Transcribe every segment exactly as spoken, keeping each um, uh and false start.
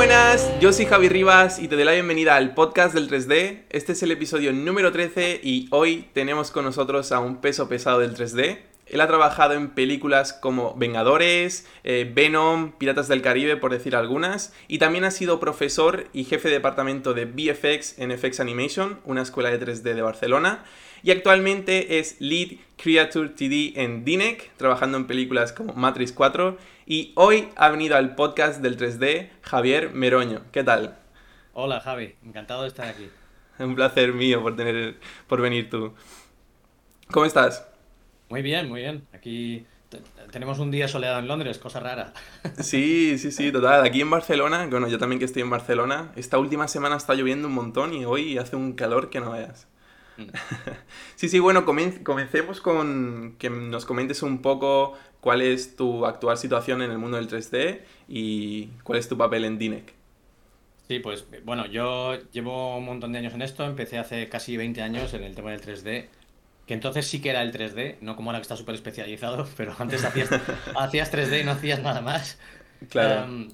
buenas, yo soy Javi Rivas y te doy la bienvenida al podcast del tres D. Este es el episodio número trece y hoy tenemos con nosotros a un peso pesado del tres D. Él ha trabajado en películas como Vengadores, eh, Venom, Piratas del Caribe, por decir algunas, y también ha sido profesor y jefe de departamento de V F X en F X Animation, una escuela de tres D de Barcelona, y actualmente es Lead Creature tres D en D N E C, trabajando en películas como Matrix cuatro, y hoy ha venido al podcast del tres D Javier Meroño. ¿Qué tal? Hola Javi, encantado de estar aquí. Un placer mío por, tener, por venir tú. ¿Cómo estás? Muy bien, muy bien. Aquí te- tenemos un día soleado en Londres, cosa rara. Sí, sí, sí, total. Aquí en Barcelona, bueno, yo también que estoy en Barcelona, esta última semana está lloviendo un montón y hoy hace un calor que no veas. Mm. Sí, sí, bueno, comen- comencemos con que nos comentes un poco cuál es tu actual situación en el mundo del tres D y cuál es tu papel en D N E C. Sí, pues bueno, yo llevo un montón de años en esto, empecé hace casi veinte años en el tema del tres D, que entonces sí que era el tres D, no como ahora que está súper especializado, pero antes hacías, hacías tres D y no hacías nada más. Claro, Em,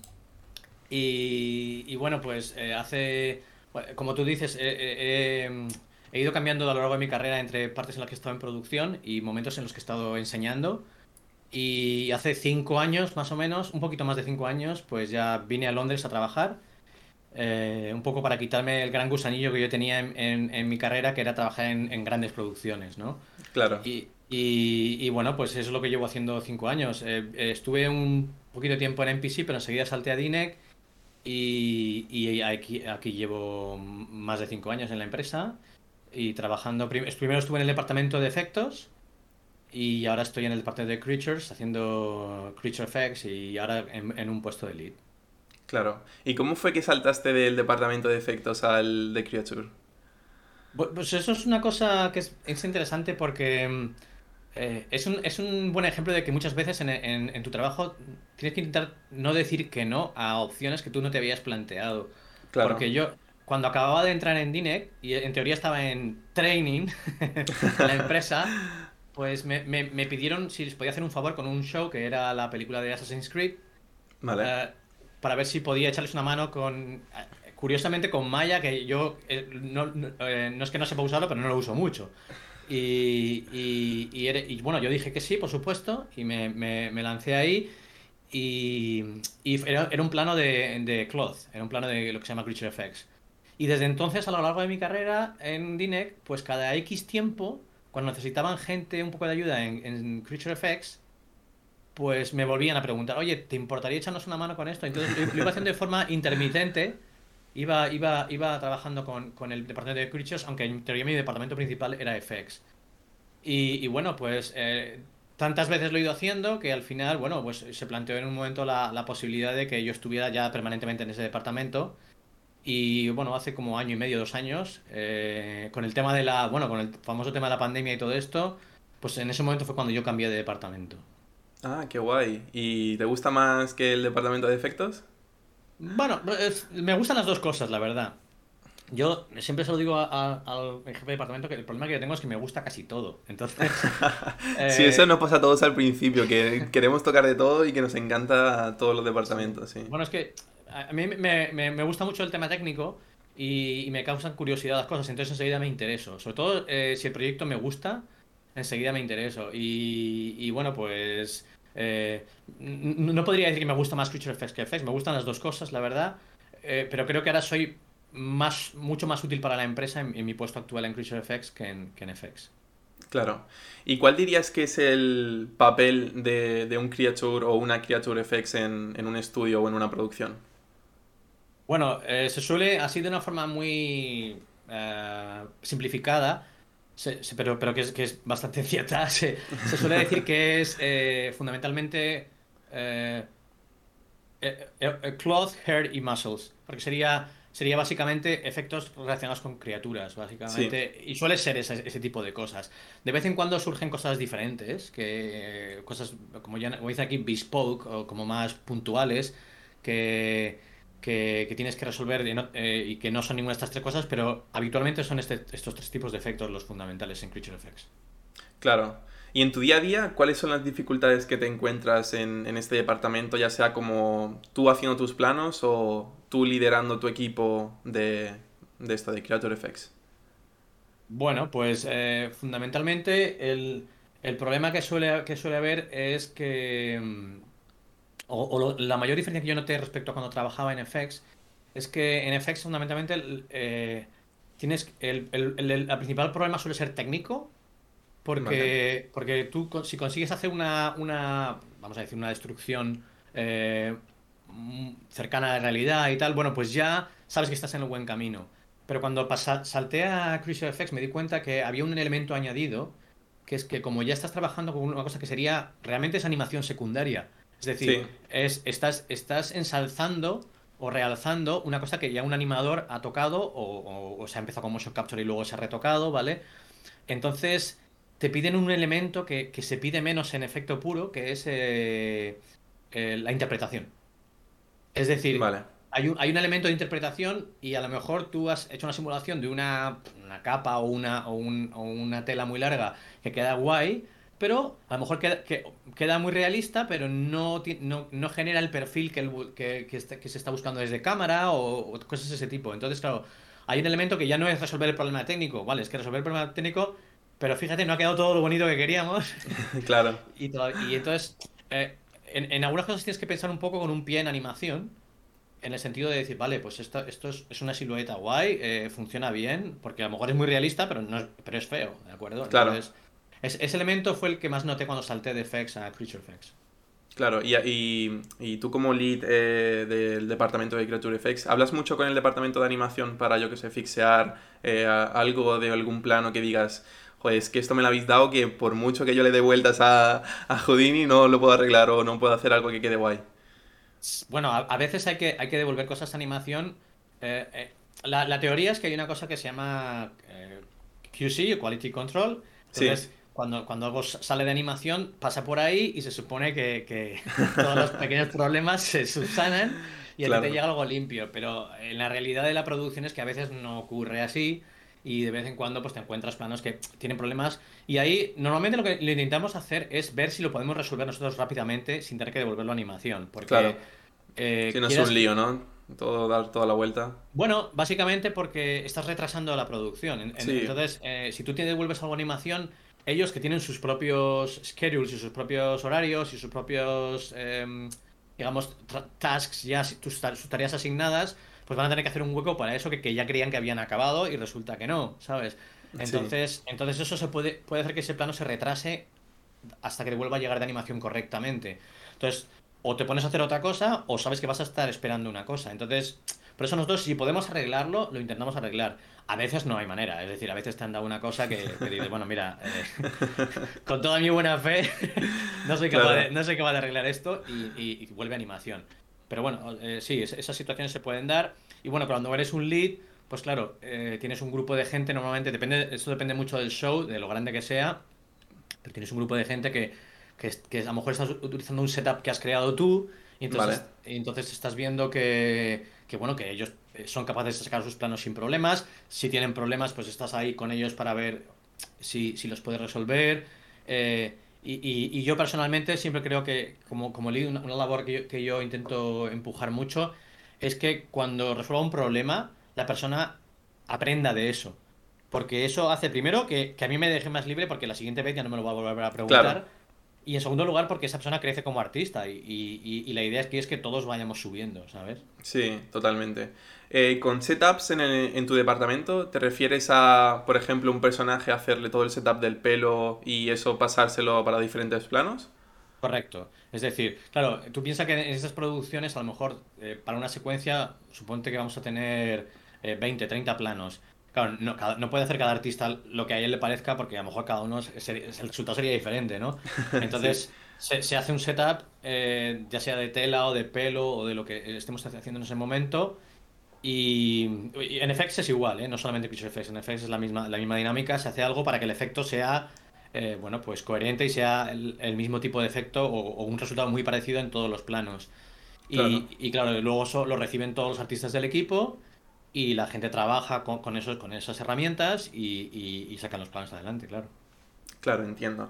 y, y bueno, pues eh, hace, bueno, como tú dices, eh, eh, eh, he ido cambiando a lo largo de mi carrera entre partes en las que he estado en producción y momentos en los que he estado enseñando. Y hace cinco años, más o menos, un poquito más de cinco años, pues ya vine a Londres a trabajar, eh, un poco para quitarme el gran gusanillo que yo tenía en, en- en mi carrera, que era trabajar en, en grandes producciones, ¿no? claro. Y, y- y bueno, pues eso es lo que llevo haciendo cinco años. Eh, eh, estuve un poquito de tiempo en N P C, pero enseguida salté a D N E C y, y aquí, aquí llevo más de cinco años en la empresa y trabajando. prim- Primero estuve en el departamento de efectos. Y ahora estoy en el departamento de Creatures haciendo Creature Effects y ahora en, en un puesto de lead. Claro. ¿Y cómo fue que saltaste del departamento de efectos al de Creature? Bu- Pues eso es una cosa que es, es interesante porque mm, eh, es un, es un buen ejemplo de que muchas veces en, en- en tu trabajo tienes que intentar no decir que no a opciones que tú no te habías planteado. Claro. Porque yo, cuando acababa de entrar en D N E C y en teoría estaba en training en la empresa, pues me, me me pidieron si les podía hacer un favor con un show que era la película de Assassin's Creed. Vale. eh, para ver si podía echarles una mano con, eh, curiosamente con Maya, que yo eh, no, no, eh, no es que no sepa usarlo, pero no lo uso mucho. Y, y, y era- y, bueno, yo dije que sí, por supuesto, y me, me- me lancé ahí. Y, y era, era un plano de, de Cloth, era un plano de lo que se llama Creature Effects. Y desde entonces, a lo largo de mi carrera en D N E C, pues cada X tiempo, cuando necesitaban gente un poco de ayuda en, en Creature Effects, pues me volvían a preguntar, oye, ¿te importaría echarnos una mano con esto? Entonces lo, lo iba haciendo de forma intermitente, iba, iba, iba trabajando con, con el departamento de Creatures, aunque en teoría mi departamento principal era F X. Y, y bueno, pues eh, tantas veces lo he ido haciendo que al final, bueno, pues se planteó en un momento la, la posibilidad de que yo estuviera ya permanentemente en ese departamento. Y bueno, hace como año y medio, dos años, eh, con el tema de la, bueno, con el famoso tema de la pandemia y todo esto, pues en ese momento fue cuando yo cambié de departamento. Ah, qué guay. ¿Y te gusta más que el departamento de efectos? Bueno, es- me gustan las dos cosas, la verdad. Yo siempre se lo digo a- a- al jefe de departamento que el problema que yo tengo es que me gusta casi todo. Entonces, Sí, eso eh, nos pasa a todos al principio, que queremos tocar de todo y que nos encanta todos los sí. departamentos, sí. Bueno, es que a mí me, me- me gusta mucho el tema técnico y, y me causan curiosidad las cosas, entonces enseguida me intereso. Sobre todo eh, si el proyecto me gusta, enseguida me intereso. Y, y bueno, pues eh, n- n- no podría decir que me gusta más Creature Effects que F X, me gustan las dos cosas, la verdad. Eh, pero creo que ahora soy más, mucho más útil para la empresa en, en mi puesto actual en Creature Effects que en, que en F X. Claro. ¿Y cuál dirías que es el papel de, de un creature o una creature effects en, en un estudio o en una producción? Bueno, eh, se suele, así de una forma muy eh, simplificada, se- se- pero, pero que es, que es bastante cierta, se, se suele decir que es eh, fundamentalmente eh, eh, eh, eh, cloth, hair y muscles, porque sería, sería básicamente efectos relacionados con criaturas, Sí, básicamente, y suele ser ese, ese tipo de cosas. De vez en cuando surgen cosas diferentes, que cosas, como ya como dice aquí, bespoke, o como más puntuales, que, que, que tienes que resolver y, no- eh, y que no son ninguna de estas tres cosas, pero habitualmente son este- estos tres tipos de efectos los fundamentales en Creature Effects. claro. ¿Y en tu día a día, cuáles son las dificultades que te encuentras en, en este departamento, ya sea como tú haciendo tus planos o tú liderando tu equipo de, de esto, de Creature Effects? Bueno, pues eh, fundamentalmente el, el problema que suele, que suele haber es que, mm, o, o lo- la mayor diferencia que yo noté respecto a cuando trabajaba en F X, es que en F X fundamentalmente el, eh, tienes el, el, el- el- el principal problema suele ser técnico, Vale. porque, porque tú con- si consigues hacer una, una, vamos a decir, una destrucción eh, mm, cercana a la realidad y tal, bueno, pues ya sabes que estás en el buen camino. Pero cuando pasa- salté a Crucial Effects me di cuenta que había un elemento añadido, que es que como ya estás trabajando con una cosa que sería, realmente es animación secundaria. Es decir, Sí, es, estás, estás ensalzando o realzando una cosa que ya un animador ha tocado o, o- o se ha empezado con motion capture y luego se ha retocado, ¿vale? Entonces, te piden un elemento que, que se pide menos en efecto puro, que es eh, eh, la interpretación. Es decir, vale. hay un, hay un elemento de interpretación y a lo mejor tú has hecho una simulación de una, una capa o una, o, un- o una tela muy larga que queda guay, pero a lo mejor queda, que- queda muy realista, pero no, ti- no, no genera el perfil que, el bu- que, que este- que se está buscando desde cámara o, o cosas de ese tipo. Entonces, claro, hay un elemento que ya no es resolver el problema técnico, ¿vale? Es que resolver el problema técnico, pero fíjate, no ha quedado todo lo bonito que queríamos. Claro. Y, toda- y entonces, eh, en, en algunas cosas tienes que pensar un poco con un pie en animación. En el sentido de decir, vale, pues esto, esto es, es una silueta guay, eh, funciona bien, porque a lo mejor es muy realista, pero no es, pero es feo, ¿de acuerdo? Claro. Entonces, es- ese elemento fue el que más noté cuando salté de F X a Creature Effects. Claro, y, y, y tú como lead eh, del departamento de Creature Effects, ¿hablas mucho con el departamento de animación para, yo que sé, fixear eh, a- algo de algún plano que digas, joder, es que esto me lo habéis dado, que por mucho que yo le dé vueltas a, a Houdini no lo puedo arreglar o no puedo hacer algo que quede guay? S- Bueno, a, a veces hay que, hay que devolver cosas a animación. Eh, eh, la, la teoría es que hay una cosa que se llama eh, Q C, Quality Control. Sí, Entonces, cuando, cuando algo s- sale de animación, pasa por ahí y se supone que, que todos los pequeños problemas se subsanan y a ti te claro, llega algo limpio. Pero en la realidad de la producción es que a veces no ocurre así y de vez en cuando pues te encuentras planos que tienen problemas. Y ahí normalmente lo que lo intentamos hacer es ver si lo podemos resolver nosotros rápidamente sin tener que devolverlo a animación. claro. Porque Si eh, no es quieras un que... lío, ¿no? Todo dar toda la vuelta. Bueno, básicamente porque estás retrasando la producción. En- en- Sí, entonces, eh, si tú te devuelves algo a animación, ellos que tienen sus propios schedules y sus propios horarios y sus propios, em, digamos, tra- tasks, ya si- tus, ta- sus tareas asignadas, pues van a tener que hacer un hueco para eso que, que ya creían que habían acabado y resulta que no, ¿sabes? sí, Entonces, entonces eso se puede, puede hacer que ese plano se retrase hasta que vuelva a llegar de animación correctamente. Entonces, o te pones a hacer otra cosa o sabes que vas a estar esperando una cosa. Entonces, por eso nosotros, si podemos arreglarlo, lo intentamos arreglar. A veces no hay manera, es decir, a veces te han dado una cosa que, que dices, bueno, mira, eh, con toda mi buena fe, no soy capaz claro, de, no soy capaz de arreglar esto y, y- y vuelve a animación. Pero bueno, eh, sí, es- esas situaciones se pueden dar. Y bueno, cuando eres un lead, pues claro, eh, tienes un grupo de gente, normalmente, depende, esto depende mucho del show, de lo grande que sea, pero tienes un grupo de gente que, que, es- que a lo mejor estás utilizando un setup que has creado tú y vale, entonces, y entonces estás viendo que, que, bueno, que ellos eh, son capaces de sacar sus planos sin problemas. Si tienen problemas, pues estás ahí con ellos para ver si, si los puedes resolver. Eh, y, y- y yo personalmente siempre creo que, como, como lead, una, una labor que yo, que yo intento empujar mucho es que cuando resuelva un problema, la persona aprenda de eso. Porque eso hace primero que, que a mí me deje más libre porque la siguiente vez ya no me lo va a volver a claro. preguntar. Y en segundo lugar porque esa persona crece como artista y, y- y- y la idea es que es que todos vayamos subiendo, ¿sabes? Sí, totalmente. Eh, con setups en, el- en tu departamento, ¿te refieres a, por ejemplo, un personaje hacerle todo el setup del pelo y eso pasárselo para diferentes planos? Correcto. Es decir, claro, tú piensas que en esas producciones a lo mejor eh, para una secuencia suponte que vamos a tener eh, veinte, treinta planos. Claro, no, cada- no puede hacer cada artista lo que a él le parezca porque a lo mejor cada uno, es- sería- el resultado sería diferente, ¿no? Sí, Entonces, se, se hace un setup, eh, ya sea de tela o de pelo o de lo que estemos haciendo en ese momento. Y, y en F X es igual, ¿eh? No solamente Creature Effects, en F X es la misma, la misma dinámica, se hace algo para que el efecto sea, eh, bueno, pues coherente y sea el, el mismo tipo de efecto o, o un resultado muy parecido en todos los planos. claro, Y, y claro, luego eso lo reciben todos los artistas del equipo y la gente trabaja con, con, esos, con esas herramientas y, y- y sacan los planos adelante, claro. claro, entiendo.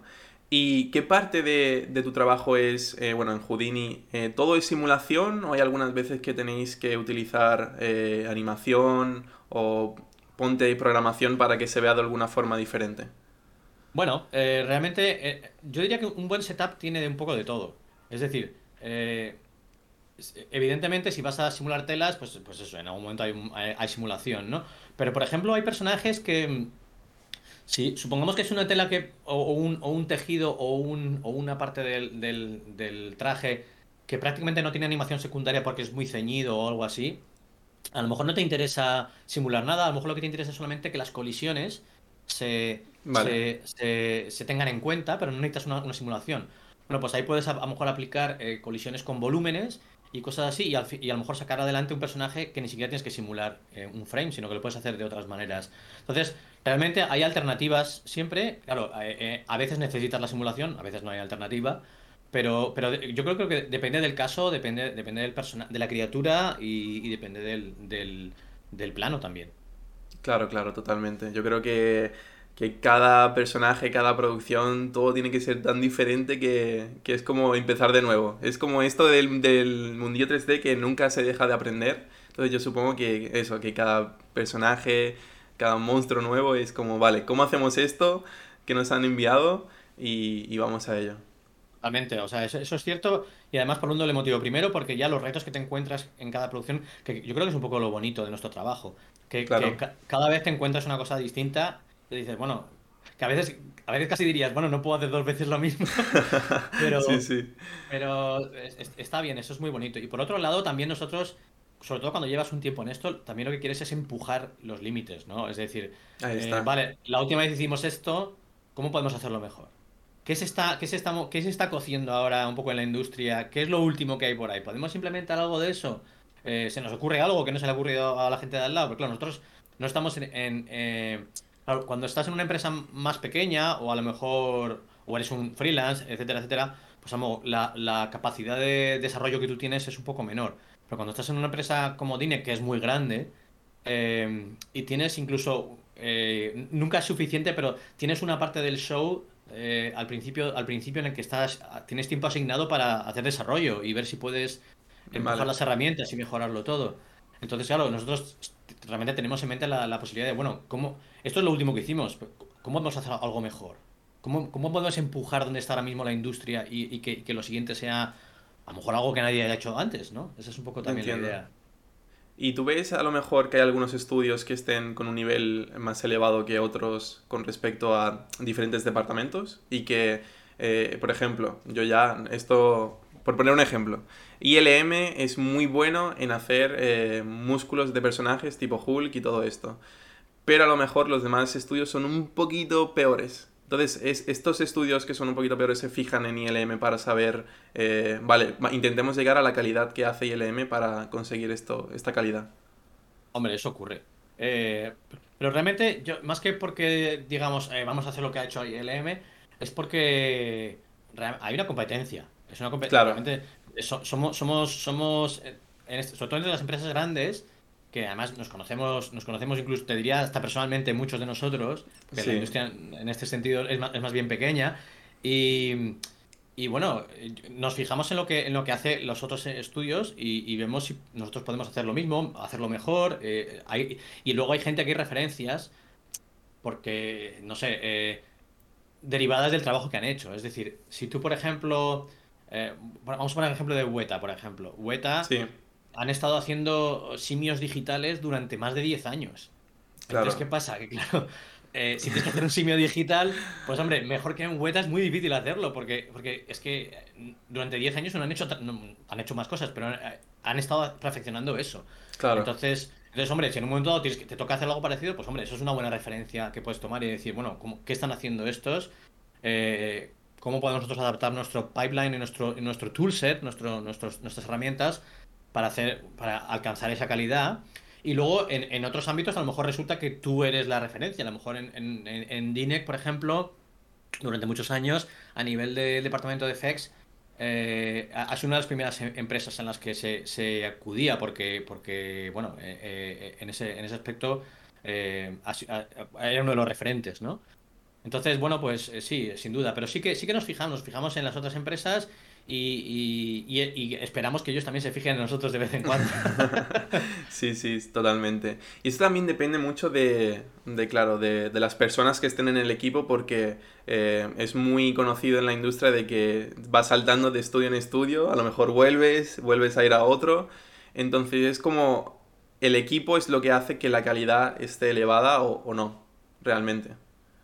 ¿Y qué parte de, de tu trabajo es, eh, bueno, en Houdini, eh, todo es simulación o hay algunas veces que tenéis que utilizar eh, animación o ponte y programación para que se vea de alguna forma diferente? Bueno, eh, realmente eh, yo diría que un buen setup tiene de un poco de todo. Es decir, eh, es- evidentemente si vas a simular telas, pues, pues eso, en algún momento hay, un- hay- hay simulación, ¿no? Pero por ejemplo hay personajes que, mm, sí, supongamos que es una tela que, o, o un, o un tejido o, un, o una parte del, del, del traje que prácticamente no tiene animación secundaria porque es muy ceñido o algo así. A lo mejor no te interesa simular nada, a lo mejor lo que te interesa es solamente que las colisiones se, Vale, se, se- se tengan en cuenta, pero no necesitas una, una simulación. Bueno, pues ahí puedes a, a lo mejor aplicar eh, colisiones con volúmenes y cosas así, y, al fi- y a lo mejor sacar adelante un personaje que ni siquiera tienes que simular eh, un frame, sino que lo puedes hacer de otras maneras. Entonces, realmente hay alternativas siempre. Claro, eh, eh, a veces necesitas la simulación, a veces no hay alternativa. Pero, pero de- yo creo que depende del caso, depende, depende del persona, de la criatura y, y depende del, del, del plano también. claro, claro, totalmente. Yo creo que, que cada personaje, cada producción, todo tiene que ser tan diferente que, que es como empezar de nuevo. Es como esto del, del mundillo tres D que nunca se deja de aprender. Entonces yo supongo que eso, que cada personaje, cada monstruo nuevo es como, vale, ¿cómo hacemos esto que nos han enviado? Y, y vamos a ello. Totalmente, o sea, eso, eso es cierto y además por un doble motivo. Primero, porque ya los retos que te encuentras en cada producción, que yo creo que es un poco lo bonito de nuestro trabajo, que, que Claro. ca- cada vez te encuentras una cosa distinta y dices, bueno, que a veces, a veces casi dirías, bueno, no puedo hacer dos veces lo mismo, Sí, pero, sí. pero es- es- está bien, eso es muy bonito. Y por otro lado, también nosotros, sobre todo cuando llevas un tiempo en esto, también lo que quieres es empujar los límites, ¿no? Es decir, Ahí eh, está. vale, la última vez hicimos esto, ¿cómo podemos hacerlo mejor? ¿Qué se está, qué se está, mo- qué se está cociendo ahora un poco en la industria? ¿Qué es lo último que hay por ahí? ¿Podemos implementar algo de eso? Eh, ¿se nos ocurre algo que no se le ha ocurrido a la gente de al lado? Porque claro, nosotros no estamos en... en, eh, claro, cuando estás en una empresa más pequeña o a lo mejor o eres un freelance, etcétera, etcétera, pues amo, la, la capacidad de desarrollo que tú tienes es un poco menor. Pero cuando estás en una empresa como Dine, que es muy grande, eh, y tienes incluso, eh, nunca es suficiente, pero tienes una parte del show eh, al principio, al principio en el que estás, tienes tiempo asignado para hacer desarrollo y ver si puedes empujar Vale. las herramientas y mejorarlo todo. Entonces, claro, nosotros realmente tenemos en mente la, la posibilidad de, bueno, ¿cómo, esto es lo último que hicimos, ¿cómo podemos hacer algo mejor? ¿Cómo, cómo podemos empujar donde está ahora mismo la industria y, y que, y que lo siguiente sea a lo mejor algo que nadie haya hecho antes, ¿no? Esa es un poco también la Entiendo. idea. ¿Y tú ves a lo mejor que hay algunos estudios que estén con un nivel más elevado que otros con respecto a diferentes departamentos? Y que, eh, por ejemplo, yo ya, esto, por poner un ejemplo, I L M es muy bueno en hacer eh, músculos de personajes tipo Hulk y todo esto, pero a lo mejor los demás estudios son un poquito peores. Entonces, es, estos estudios que son un poquito peores se fijan en I L M para saber, eh, vale, va- intentemos llegar a la calidad que hace I L M para conseguir esto, esta calidad. Hombre, eso ocurre. Eh, pero realmente, yo, más que porque digamos, eh, vamos a hacer lo que ha hecho I L M, es porque rea- hay una competencia. Es una compe- Claro, realmente so- somos, somos, somos eh, en este- sobre todo entre las empresas grandes, que además nos conocemos, nos conocemos incluso, te diría hasta personalmente muchos de nosotros, porque la sí, industria en este sentido es más, es más bien pequeña. Y, y bueno, eh, nos fijamos en lo que, en lo que hace los otros eh, estudios y, y vemos si nosotros podemos hacer lo mismo, hacerlo mejor. Eh, hay, y luego hay gente que hay referencias porque, no sé, eh, derivadas del trabajo que han hecho. Es decir, si tú, por ejemplo, eh, bueno, vamos a poner el ejemplo de Weta, por ejemplo. Weta sí, han estado haciendo simios digitales durante más de diez años. Entonces, ¿qué claro, pasa? Que claro, eh, si tienes que hacer un simio digital, pues hombre, mejor que en Weta es muy difícil hacerlo, porque, porque es que eh, durante diez años no han hecho, tra- no, han hecho más cosas, pero eh, han estado perfeccionando eso. claro, Entonces, entonces, hombre, si en un momento dado tienes que, te toca hacer algo parecido, pues hombre, eso es una buena referencia que puedes tomar y decir, bueno, ¿cómo- ¿qué están haciendo estos? Eh, ¿cómo podemos nosotros adaptar nuestro pipeline y nuestro, y nuestro toolset, nuestro, nuestros, nuestras herramientas para hacer, para alcanzar esa calidad? Y luego en, en otros ámbitos a lo mejor resulta que tú eres la referencia. A lo mejor en, en, en, en D N E C, por ejemplo, durante muchos años, a nivel del departamento de F X, eh, ha ha sido una de las primeras em- empresas en las que se, se acudía porque, porque bueno, eh, eh, en ese, en ese aspecto eh, ha si- ha- era uno de los referentes, ¿no? Entonces, bueno, pues eh, sí, sin duda, pero sí que sí que nos fijamos, nos fijamos en las otras empresas y, y- y- y esperamos que ellos también se fijen en nosotros de vez en cuando. Sí, sí, totalmente. Y eso también depende mucho de, de claro, de, de las personas que estén en el equipo porque eh, es muy conocido en la industria de que vas saltando de estudio en estudio, a lo mejor vuelves, vuelves a ir a otro. Entonces es como el equipo es lo que hace que la calidad esté elevada o, o no, realmente.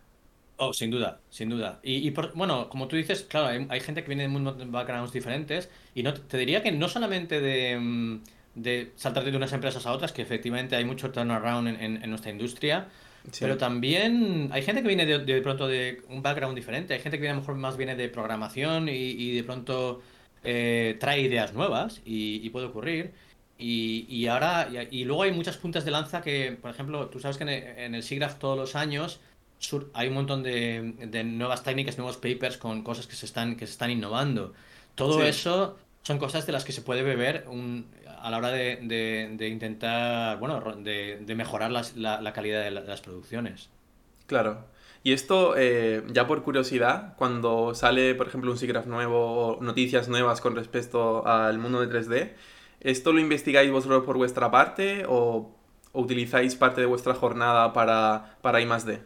Oh, sin duda, sin duda. Y, y por- bueno, como tú dices, claro, hay, hay gente que viene de mundos de backgrounds diferentes y no te diría que no solamente de, mm, de saltarte de unas empresas a otras, que efectivamente hay mucho turnaround en, en- en nuestra industria, Sí, pero también hay gente que viene de, de pronto de un background diferente, hay gente que viene a lo mejor más viene de programación y, y de pronto eh, trae ideas nuevas y, y puede ocurrir. Y, y ahora, y, y luego hay muchas puntas de lanza que, por ejemplo, tú sabes que en el, en el SIGGRAPH todos los años sur- hay un montón de, de nuevas técnicas, nuevos papers con cosas que se están, que se están innovando. Todo sí, eso son cosas de las que se puede beber un- a la hora de, de- de intentar, bueno, ro- de, de mejorar las- la, la calidad de, la- de las producciones. claro. Y esto, eh, ya por curiosidad, cuando sale, por ejemplo, un SIGGRAPH nuevo o noticias nuevas con respecto al mundo de tres D, ¿esto lo investigáis vosotros por vuestra parte o, o utilizáis parte de vuestra jornada para, para I más D?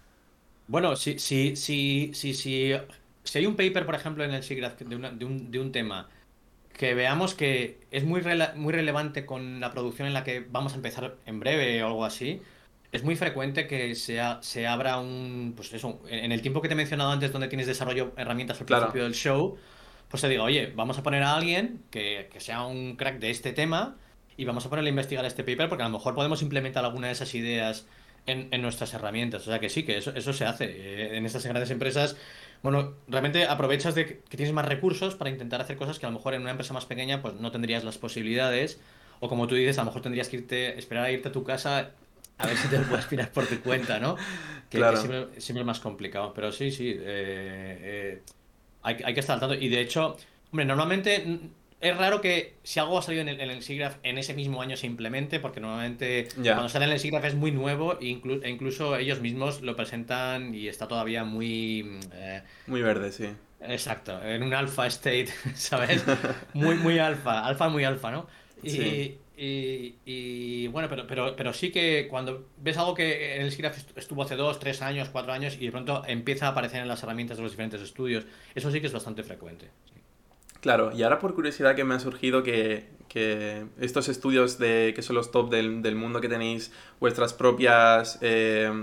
Bueno, si, si, si, si, si, si hay un paper, por ejemplo, en el SIGGRAPH de, una- de un, de un tema que veamos que es muy, rela- muy relevante con la producción en la que vamos a empezar en breve o algo así, es muy frecuente que se, a- se abra un, pues eso, en en el tiempo que te he mencionado antes, donde tienes desarrollo herramientas al Claro, principio del show, pues te digo, oye, vamos a poner a alguien que, que sea un crack de este tema y vamos a ponerle a investigar este paper porque a lo mejor podemos implementar alguna de esas ideas en, en nuestras herramientas. O sea que sí, que eso, eso se hace. Eh, en estas grandes empresas, bueno, realmente aprovechas de que que tienes más recursos para intentar hacer cosas que a lo mejor en una empresa más pequeña pues no tendrías las posibilidades. O como tú dices, a lo mejor tendrías que irte, esperar a irte a tu casa a ver si te lo puedes mirar por tu cuenta, ¿no? Que, que claro. siempre, siempre es más complicado. Pero sí, sí. eh, eh, hay, hay que estar al tanto. Y de hecho, hombre, normalmente mm, es raro que si algo ha salido en el, en el SIGGRAPH en ese mismo año se implemente, porque normalmente cuando Ya, sale en el SIGGRAPH es muy nuevo e, inclu- e incluso ellos mismos lo presentan y está todavía muy... mm, eh, muy verde, sí. exacto, en un alpha state, ¿sabes? Muy, muy alfa, alfa muy alfa, ¿no? Sí. Y, y- y, bueno, pero, pero, pero sí que cuando ves algo que en el SIGGRAPH est- estuvo hace dos, tres años, cuatro años y de pronto empieza a aparecer en las herramientas de los diferentes estudios, eso sí que es bastante frecuente. Sí. Claro, y ahora por curiosidad que me ha surgido que, que estos estudios de que son los top del, del mundo que tenéis vuestras propias, eh,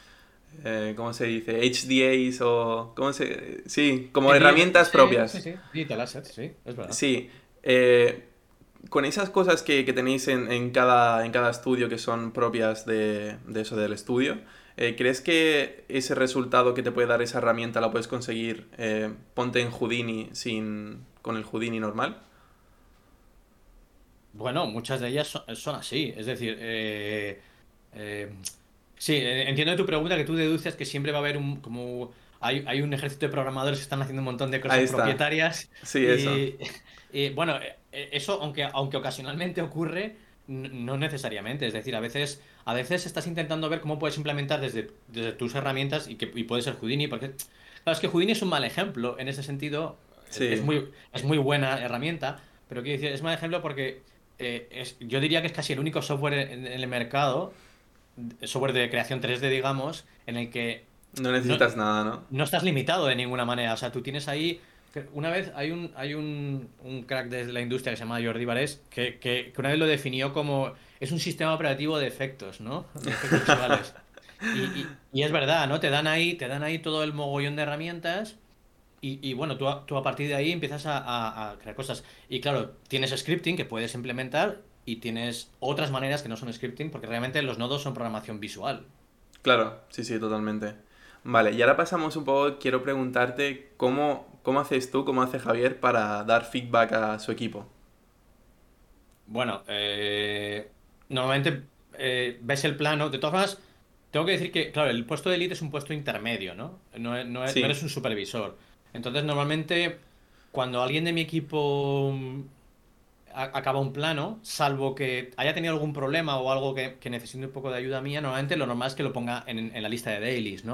eh, ¿cómo se dice? H D As o, ¿cómo se? Sí, como Sí, di- herramientas sí, sí, propias. sí. Digital assets, sí, es verdad. Sí, eh, con esas cosas que, que tenéis en, en cada, en cada estudio que son propias de, de eso del estudio, eh, ¿crees que ese resultado que te puede dar esa herramienta la puedes conseguir, eh, ponte en Houdini sin, con el Houdini normal? Bueno, muchas de ellas son, son así. Es decir, eh, eh, sí, eh, entiendo de tu pregunta que tú deduces que siempre va a haber un, como hay, hay un ejército de programadores que están haciendo un montón de Ahí cosas está. propietarias Sí, eso. y, y, bueno, eh, eh, eso aunque, aunque ocasionalmente ocurre, n- no necesariamente. Es decir, a veces, a veces estás intentando ver cómo puedes implementar desde, desde tus herramientas y que y puede ser Houdini, porque claro, es que Houdini es un mal ejemplo en ese sentido. Es, es Sí, muy, es muy buena herramienta, pero quiero decir, es mal ejemplo porque eh, es, yo diría que es casi el único software en, en el mercado, software de creación tres D, digamos, en el que no no, necesitas nada, ¿no? no estás limitado de ninguna manera. O sea, tú tienes ahí. Una vez hay un, hay un, un crack de la industria que se llama Jordi Varés que, que, que una vez lo definió como es un sistema operativo de efectos, ¿no? De efectos visuales. Y, y, y es verdad, ¿no? Te dan ahí, te dan ahí todo el mogollón de herramientas y, y bueno, tú a, tú a partir de ahí empiezas a, a- a crear cosas. Y claro, tienes scripting que puedes implementar y tienes otras maneras que no son scripting, porque realmente los nodos son programación visual. Claro, sí, sí, totalmente. Vale, y ahora pasamos un poco, quiero preguntarte cómo, cómo haces tú, cómo hace Javier para dar feedback a su equipo. Bueno, eh, normalmente eh, ves el plano. De todas formas, tengo que decir que, claro, el puesto de lead es un puesto intermedio, ¿no? No, e- no e- no eres Sí, un supervisor. Entonces, normalmente, cuando alguien de mi equipo a- acaba un plano, salvo que haya tenido algún problema o algo que, que necesite un poco de ayuda mía, normalmente lo normal es que lo ponga en, en la lista de dailies, ¿no?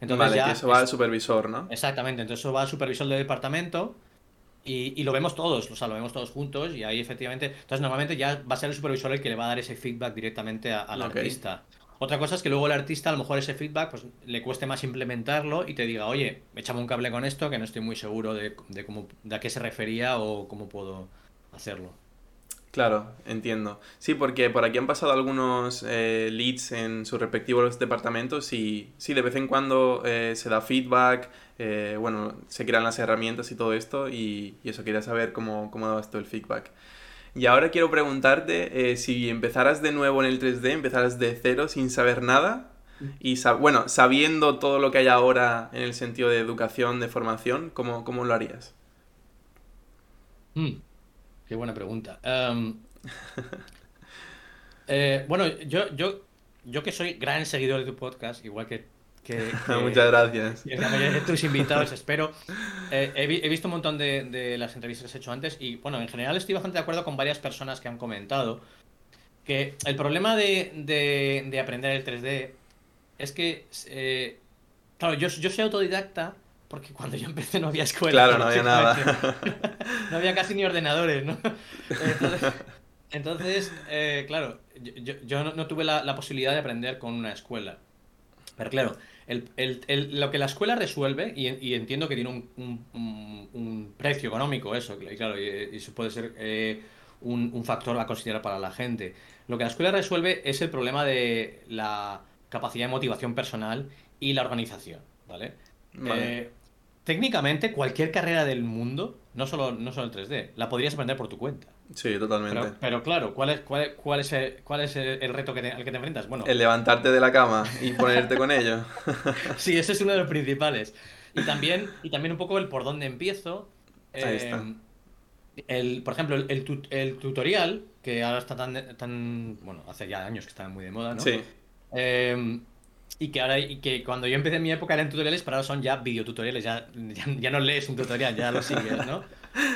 Entonces Vale, que ya eso va al es supervisor, ¿no? exactamente, entonces eso va al supervisor del departamento y, y lo vemos todos, o sea, lo vemos todos juntos y ahí efectivamente, entonces normalmente ya va a ser el supervisor el que le va a dar ese feedback directamente a- al Ok. artista. Otra cosa es que luego el artista a lo mejor ese feedback pues le cueste más implementarlo y te diga, oye, échame un cable con esto que no estoy muy seguro de, de cómo, de a qué se refería o cómo puedo hacerlo. Claro, entiendo. Sí, porque por aquí han pasado algunos eh, leads en sus respectivos departamentos y sí, de vez en cuando eh, se da feedback, eh, bueno, se crean las herramientas y todo esto y, y eso, quería saber cómo, cómo dabas tú el feedback. Y ahora quiero preguntarte eh, si empezaras de nuevo en el tres D, empezaras de cero sin saber nada y, sab- bueno, sabiendo todo lo que hay ahora en el sentido de educación, de formación, ¿cómo, cómo lo harías? Mm, qué buena pregunta. Em, Eh, bueno, yo, yo, yo que soy gran seguidor de tu podcast, igual que, que, Muchas que, gracias. que la mayoría de tus invitados, espero. Eh, he, vi- he visto un montón de, de las entrevistas que has hecho antes y, bueno, en general estoy bastante de acuerdo con varias personas que han comentado que el problema de, de- de aprender el tres D es que, eh, claro, yo, yo soy autodidacta porque cuando yo empecé no había escuela, Claro, no había nada. básicamente. No había casi ni ordenadores, ¿no? Entonces, entonces eh, claro, yo, yo- yo no, no tuve la, la posibilidad de aprender con una escuela. Pero claro, el- el- el- lo que la escuela resuelve, y, y entiendo que tiene un, un- un- un precio económico eso, y claro, y, y eso puede ser eh, un, un factor a considerar para la gente. Lo que la escuela resuelve es el problema de la capacidad de motivación personal y la organización, ¿vale? Vale. Eh, técnicamente, cualquier carrera del mundo, no solo, no solo el tres D, la podrías aprender por tu cuenta. Sí, totalmente. Pero, pero claro, ¿cuál es, cuál, es- cuál es el, cuál es el, el reto que te- al que te enfrentas? Bueno, El levantarte de la cama y ponerte con ello. sí, ese es uno de los principales. Y también, y también un poco el por dónde empiezo. Ahí está. Eh, el, por ejemplo, el, el tut- el tutorial, que ahora está tan, tan, bueno, hace ya años que está muy de moda, ¿no? Sí, Eh, y que ahora, y que cuando yo empecé en mi época eran tutoriales, pero ahora son ya videotutoriales, ya, ya, ya no lees un tutorial, ya lo sigues, ¿no?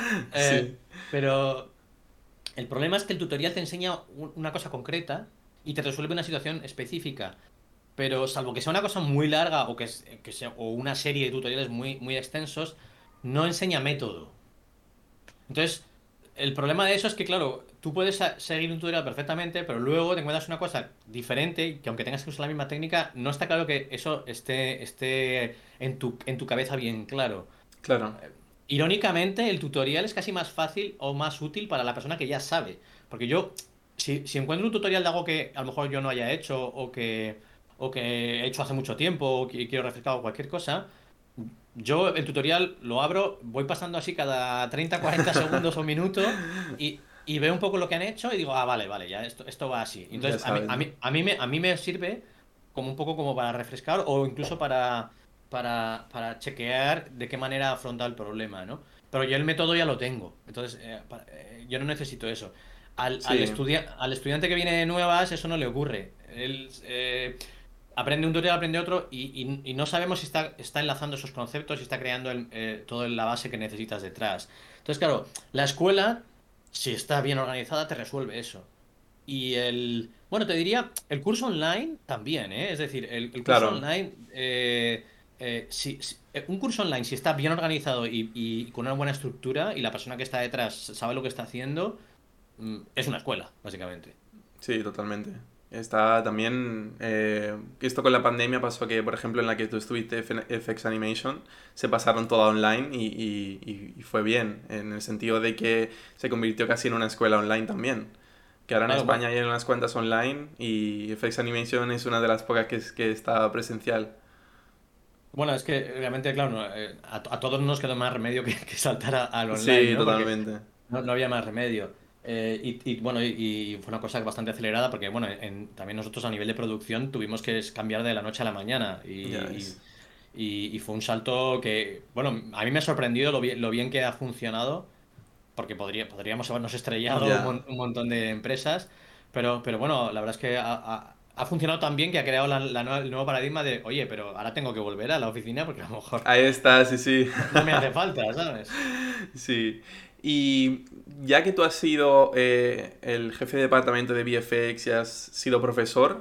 Eh, sí. pero el problema es que el tutorial te enseña un- una cosa concreta y te resuelve una situación específica. Pero salvo que sea una cosa muy larga o que, es- que sea, o una serie de tutoriales muy, muy extensos, no enseña método. Entonces, el problema de eso es que, claro, tú puedes a- seguir un tutorial perfectamente, pero luego te encuentras una cosa diferente y que aunque tengas que usar la misma técnica, no está claro que eso esté, esté en tu, en tu cabeza bien claro. Claro. Irónicamente, el tutorial es casi más fácil o más útil para la persona que ya sabe. Porque yo, si, si encuentro un tutorial de algo que a lo mejor yo no haya hecho o que, o que he hecho hace mucho tiempo o que quiero refrescar o cualquier cosa, yo el tutorial lo abro, voy pasando así cada treinta cuarenta segundos o minuto y, y veo un poco lo que han hecho y digo, ah, vale, vale, ya esto, esto va así. Ya Entonces, a mí, sabes, a ¿no? mí, a mí me, a mí me sirve como un poco como para refrescar o incluso para, para, para chequear de qué manera afronta el problema, ¿no? Pero yo el método ya lo tengo, entonces eh, pa- eh, yo no necesito eso. Al, al, Sí, estudia- al estudiante que viene de nuevas eso no le ocurre. Él, eh, aprende un tutorial, aprende otro y, y- y no sabemos si está, está enlazando esos conceptos y está creando el, eh, toda la base que necesitas detrás. Entonces, claro, la escuela, si está bien organizada, te resuelve eso. Y el, bueno, te diría, el curso online también, ¿eh? Es decir, el, el curso claro. online, eh, eh, si- si- eh, un curso online, si está bien organizado y, y con una buena estructura y la persona que está detrás sabe lo que está haciendo, mm, es una escuela, básicamente. Sí, totalmente. Está también... eh, esto con la pandemia pasó que, por ejemplo, en la que tú estuviste, F- FX Animation, se pasaron toda online y, y- y- y fue bien, en el sentido de que se convirtió casi en una escuela online también. Que ahora en Claro, España bueno, hay unas cuantas online y F X Animation es una de las pocas que, es- que está presencial. bueno, es que realmente, claro, no, eh, a, a todos nos quedó más remedio que, que saltar a- al online, Sí, ¿no? Porque totalmente. no, no había más remedio. Eh, y, y, bueno, y, y fue una cosa bastante acelerada porque, bueno, en- también nosotros a nivel de producción tuvimos que es- cambiar de la noche a la mañana y, Ya y- ves. y- y fue un salto que, bueno, a mí me ha sorprendido lo bien, lo bien que ha funcionado porque podría, podríamos habernos estrellado un, Ya. mon- un montón de empresas, pero, pero bueno, la verdad es que ha, ha- ha funcionado tan bien que ha creado la- la nueva- el nuevo paradigma de, oye, pero ahora tengo que volver a la oficina porque a lo mejor Ahí está, sí, sí. no, no me hace falta, ¿sabes? Sí. Y ya que tú has sido eh, el jefe de departamento de V F X y has sido profesor,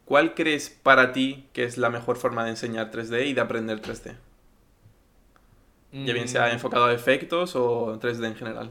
¿cuál crees para ti que es la mejor forma de enseñar tres D y de aprender tres D? Ya bien sea Mm, enfocado a efectos o tres D en general.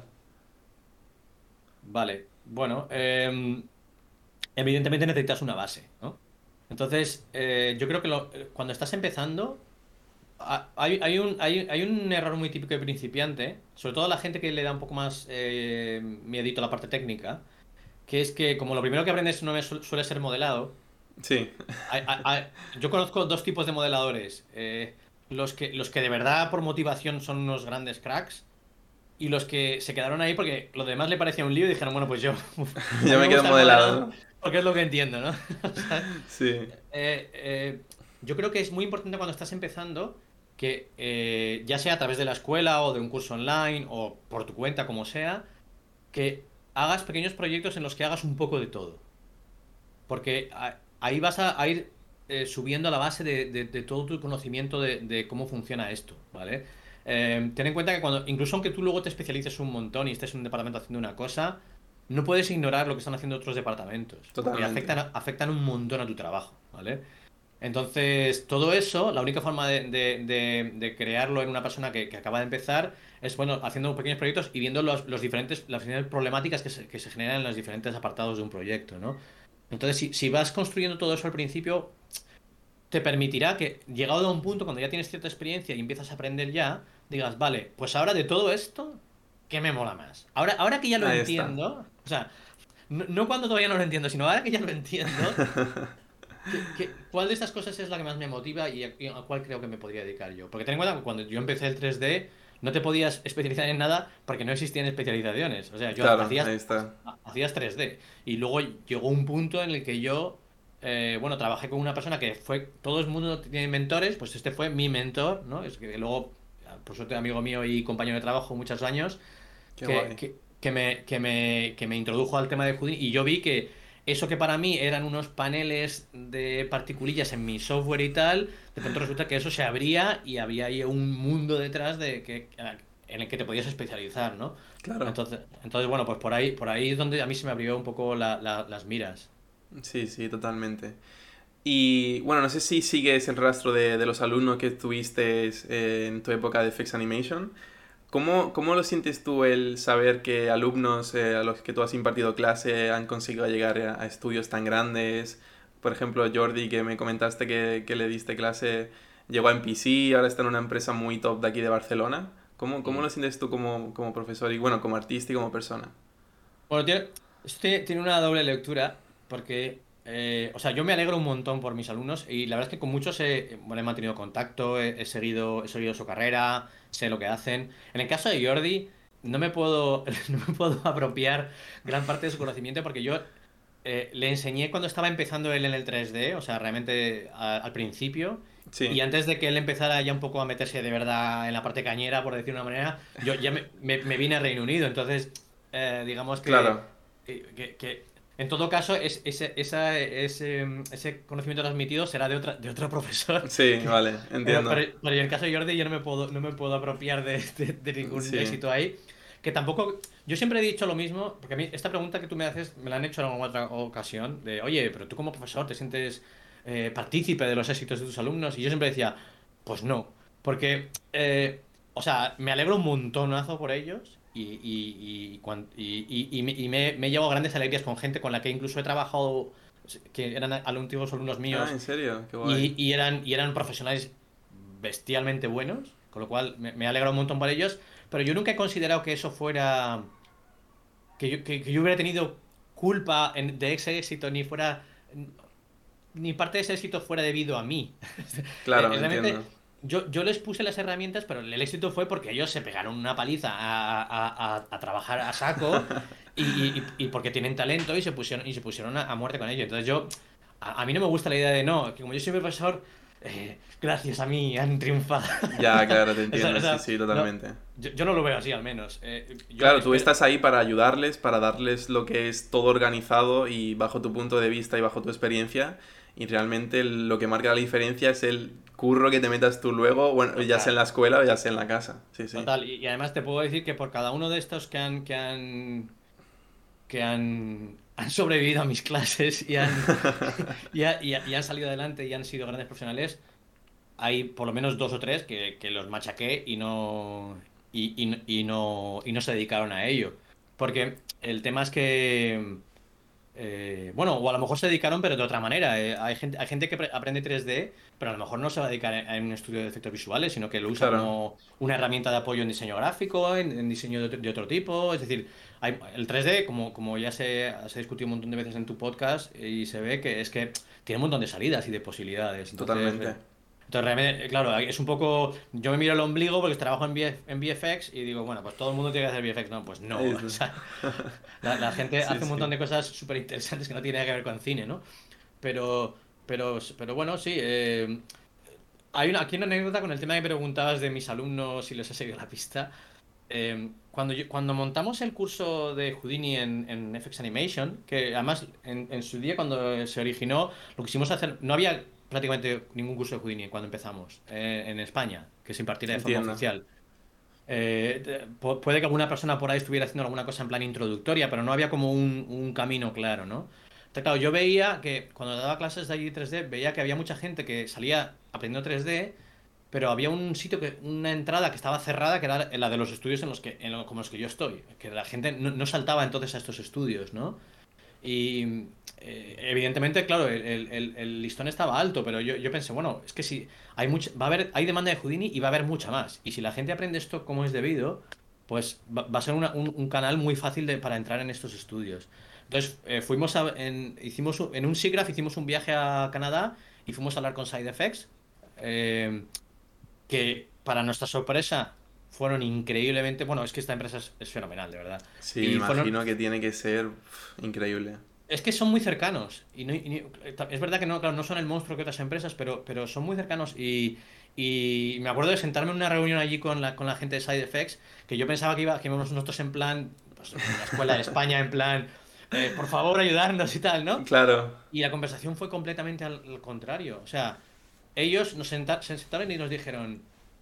vale, bueno, em, evidentemente necesitas una base, ¿no? Entonces, eh, yo creo que lo- cuando estás empezando, ha- hay, hay un, hay, hay un error muy típico de principiante, sobre todo a la gente que le da un poco más eh, miedito a la parte técnica, que es que como lo primero que aprendes no es- suele ser modelado. Sí, Hay- hay- hay- yo conozco dos tipos de modeladores. eh, los que, los que de verdad por motivación son unos grandes cracks y los que se quedaron ahí porque lo demás le parecía un lío y dijeron, bueno, pues yo, a ya mí me me quedo gusta el modelado, modelado ¿no? porque es lo que entiendo, ¿no? O sea, Sí, eh, eh, yo creo que es muy importante cuando estás empezando que eh, ya sea a través de la escuela o de un curso online o por tu cuenta, como sea, que hagas pequeños proyectos en los que hagas un poco de todo. Porque a- ahí vas a, a ir eh, subiendo a la base de, de- de todo tu conocimiento de, de cómo funciona esto, ¿vale? Eh, ten en cuenta que cuando, incluso aunque tú luego te especialices un montón y estés en un departamento haciendo una cosa, no puedes ignorar lo que están haciendo otros departamentos, porque totalmente. afectan, a- afectan un montón a tu trabajo, ¿vale? Entonces, todo eso, la única forma de, de- de- de crearlo en una persona que, que acaba de empezar es, bueno, haciendo pequeños proyectos y viendo los, los diferentes, las diferentes problemáticas que se, que se generan en los diferentes apartados de un proyecto, ¿no? Entonces, si, si vas construyendo todo eso al principio, te permitirá que, llegado a un punto, cuando ya tienes cierta experiencia y empiezas a aprender ya, digas, vale, pues ahora de todo esto, ¿qué me mola más? Ahora, ahora que ya lo Ahí está. entiendo, o sea, no, no cuando todavía no lo entiendo, sino ahora que ya lo entiendo, ¿qué- qué- cuál de estas cosas es la que más me motiva y a, y a cuál creo que me podría dedicar yo? Porque ten en cuenta que cuando yo empecé el tres D, no te podías especializar en nada porque no existían especializaciones. O sea, yo Claro, hacías, ahí está. hacías tres D. Y luego llegó un punto en el que yo, eh, bueno, trabajé con una persona que fue, todo el mundo tiene mentores, pues este fue mi mentor, ¿no? Es que luego, por suerte, amigo mío y compañero de trabajo muchos años, Qué que, guay. que, que me, que me, que me introdujo al tema de Houdini y yo vi que eso que para mí eran unos paneles de particulillas en mi software y tal, de pronto resulta que eso se abría y había ahí un mundo detrás de que, en el que te podías especializar, ¿no? Claro. Entonces, entonces bueno, pues por ahí, por ahí es donde a mí se me abrió un poco la- la- las miras. Sí, sí, totalmente. Y bueno, no sé si sigues el rastro de, de los alumnos que tuviste eh, en tu época de Fix Animation. ¿Cómo, cómo lo sientes tú el saber que alumnos eh, a los que tú has impartido clase han conseguido llegar a, a estudios tan grandes? Por ejemplo, Jordi, que me comentaste que, que le diste clase, llegó a M P C, ahora está en una empresa muy top de aquí de Barcelona. ¿Cómo, cómo Mm. lo sientes tú como, como profesor y bueno, como artista y como persona? Bueno, tiene, esto tiene, tiene una doble lectura porque, eh, o sea, yo me alegro un montón por mis alumnos y la verdad es que con muchos he, bueno, he mantenido contacto, he, he seguido, he seguido su carrera, sé lo que hacen. En el caso de Jordi, no me puedo, no me puedo apropiar gran parte de su conocimiento porque yo eh, le enseñé cuando estaba empezando él en el tres D, o sea, realmente a- al principio. Y Sí, antes de que él empezara ya un poco a meterse de verdad en la parte cañera, por decir de una manera, yo ya me, me- me vine a Reino Unido. Entonces, eh, digamos que, claro. que, que- que en todo caso, es, ese, esa- ese, ese conocimiento transmitido será de otra, de otro profesor. Sí, que- vale, pero, entiendo. pero, pero en el caso de Jordi, yo no me puedo, no me puedo apropiar de, de- de ningún Sí, éxito ahí. Que tampoco. Yo siempre he dicho lo mismo, porque a mí esta pregunta que tú me haces me la han hecho en alguna otra ocasión: de, oye, pero tú como profesor te sientes eh, partícipe de los éxitos de tus alumnos. Y yo siempre decía, pues no, porque, eh, o sea, me alegro un montonazo por ellos y, y, y, cuan- y- y- y me, y me- me he llevado grandes alegrías con gente con la que incluso he trabajado, que eran al- antiguos alumnos ah, míos ¿en serio? Qué guay. y, y eran, y eran profesionales bestialmente buenos, con lo cual me, me alegra un montón por ellos, pero yo nunca he considerado que eso fuera, que yo, que, que yo hubiera tenido culpa en- de ese éxito, ni fuera ni parte de ese éxito fuera debido a mí. Eh, Claro, Realmente entiendo. yo, yo les puse las herramientas, pero el éxito fue porque ellos se pegaron una paliza a, a- a- a trabajar a saco y, y- y porque tienen talento y se pusieron, y se pusieron a, a muerte con ello. Entonces yo, a, a mí no me gusta la idea de no, que como yo soy profesor, eh, gracias a mí han triunfado. Ya, claro, te O sea, o entiendo, sí, sea, sí, no, totalmente. yo, yo no lo veo así al menos. Eh, yo Claro, tú espero... estás ahí para ayudarles, para darles lo que es todo organizado y bajo tu punto de vista y bajo tu experiencia. Y realmente lo que marca la diferencia es el curro que te metas tú luego, bueno, ya sea en Total. la escuela o ya sea en la casa. Sí, sí. Total, y, y además te puedo decir que por cada uno de estos que han, que han, que han han sobrevivido a mis clases y han, y, ha- y ha- y han salido adelante y han sido grandes profesionales, hay por lo menos dos o tres que, que los machaqué y no, y, y- y no, y no se dedicaron a ello. Porque el tema es que, eh, bueno, o a lo mejor se dedicaron, pero de otra manera. Eh, hay gente, hay gente que pre- aprende tres D, pero a lo mejor no se va a dedicar a, a un estudio de efectos visuales, sino que lo usa Claro, como una herramienta de apoyo en diseño gráfico, en, en diseño de, otro de otro tipo. Es decir, hay, el tres D, como, como ya se, se ha discutido un montón de veces en tu podcast, y se ve que es que tiene un montón de salidas y de posibilidades. Entonces, totalmente. entonces, realmente, claro, es un poco. Yo me miro el ombligo porque trabajo en, V F en V F X y digo, bueno, pues todo el mundo tiene que hacer V F X. No, pues no. O Eso. sea, la, la gente Sí, hace un montón sí. de cosas súper interesantes que no tienen nada que ver con cine, ¿no? Pero, pero, pero bueno, sí. eh, hay una, aquí una anécdota con el tema que preguntabas de mis alumnos si les he seguido la pista. Eh, cuando, yo- cuando montamos el curso de Houdini en, en F X Animation, que además en, en su día cuando se originó, lo quisimos hacer, no había prácticamente ningún curso de Houdini cuando empezamos eh, en España, que se impartiera de forma Entiendo. oficial. Eh, te- pu- puede que alguna persona por ahí estuviera haciendo alguna cosa en plan introductoria, pero no había como un, un camino claro, ¿no? Entonces, claro, yo veía que cuando daba clases de allí tres D, veía que había mucha gente que salía aprendiendo tres D, pero había un sitio, que, una entrada que estaba cerrada, que era la de los estudios en los que, en lo- como los que yo estoy, que la gente no, no saltaba entonces a estos estudios, ¿no? Y eh, evidentemente, claro, el, el- el- el listón estaba alto, pero yo, yo pensé, bueno, es que si hay mucha, va a haber, hay demanda de Houdini y va a haber mucha más. Y si la gente aprende esto como es debido, pues va, va a ser una- un, un canal muy fácil de, para entrar en estos estudios. Entonces, eh, fuimos a, en, hicimos un- en un SIGGRAPH hicimos un viaje a Canadá y fuimos a hablar con SideFX, eh, que para nuestra sorpresa fueron increíblemente, bueno, es que esta empresa es, es fenomenal, de verdad. Sí, me Y fueron, imagino que tiene que ser uf, increíble. es que son muy cercanos. Y, no- y ni- es verdad que no, claro, no son el monstruo que otras empresas, pero, pero son muy cercanos. Y, y me acuerdo de sentarme en una reunión allí con la, con la gente de SideFX, que yo pensaba que, iba, que íbamos nosotros en plan, pues una escuela de España, en plan, eh, por favor, ayudarnos y tal, ¿no? Claro, Y la conversación fue completamente al, al contrario. O sea, ellos nos senta- se sentaron y nos dijeron,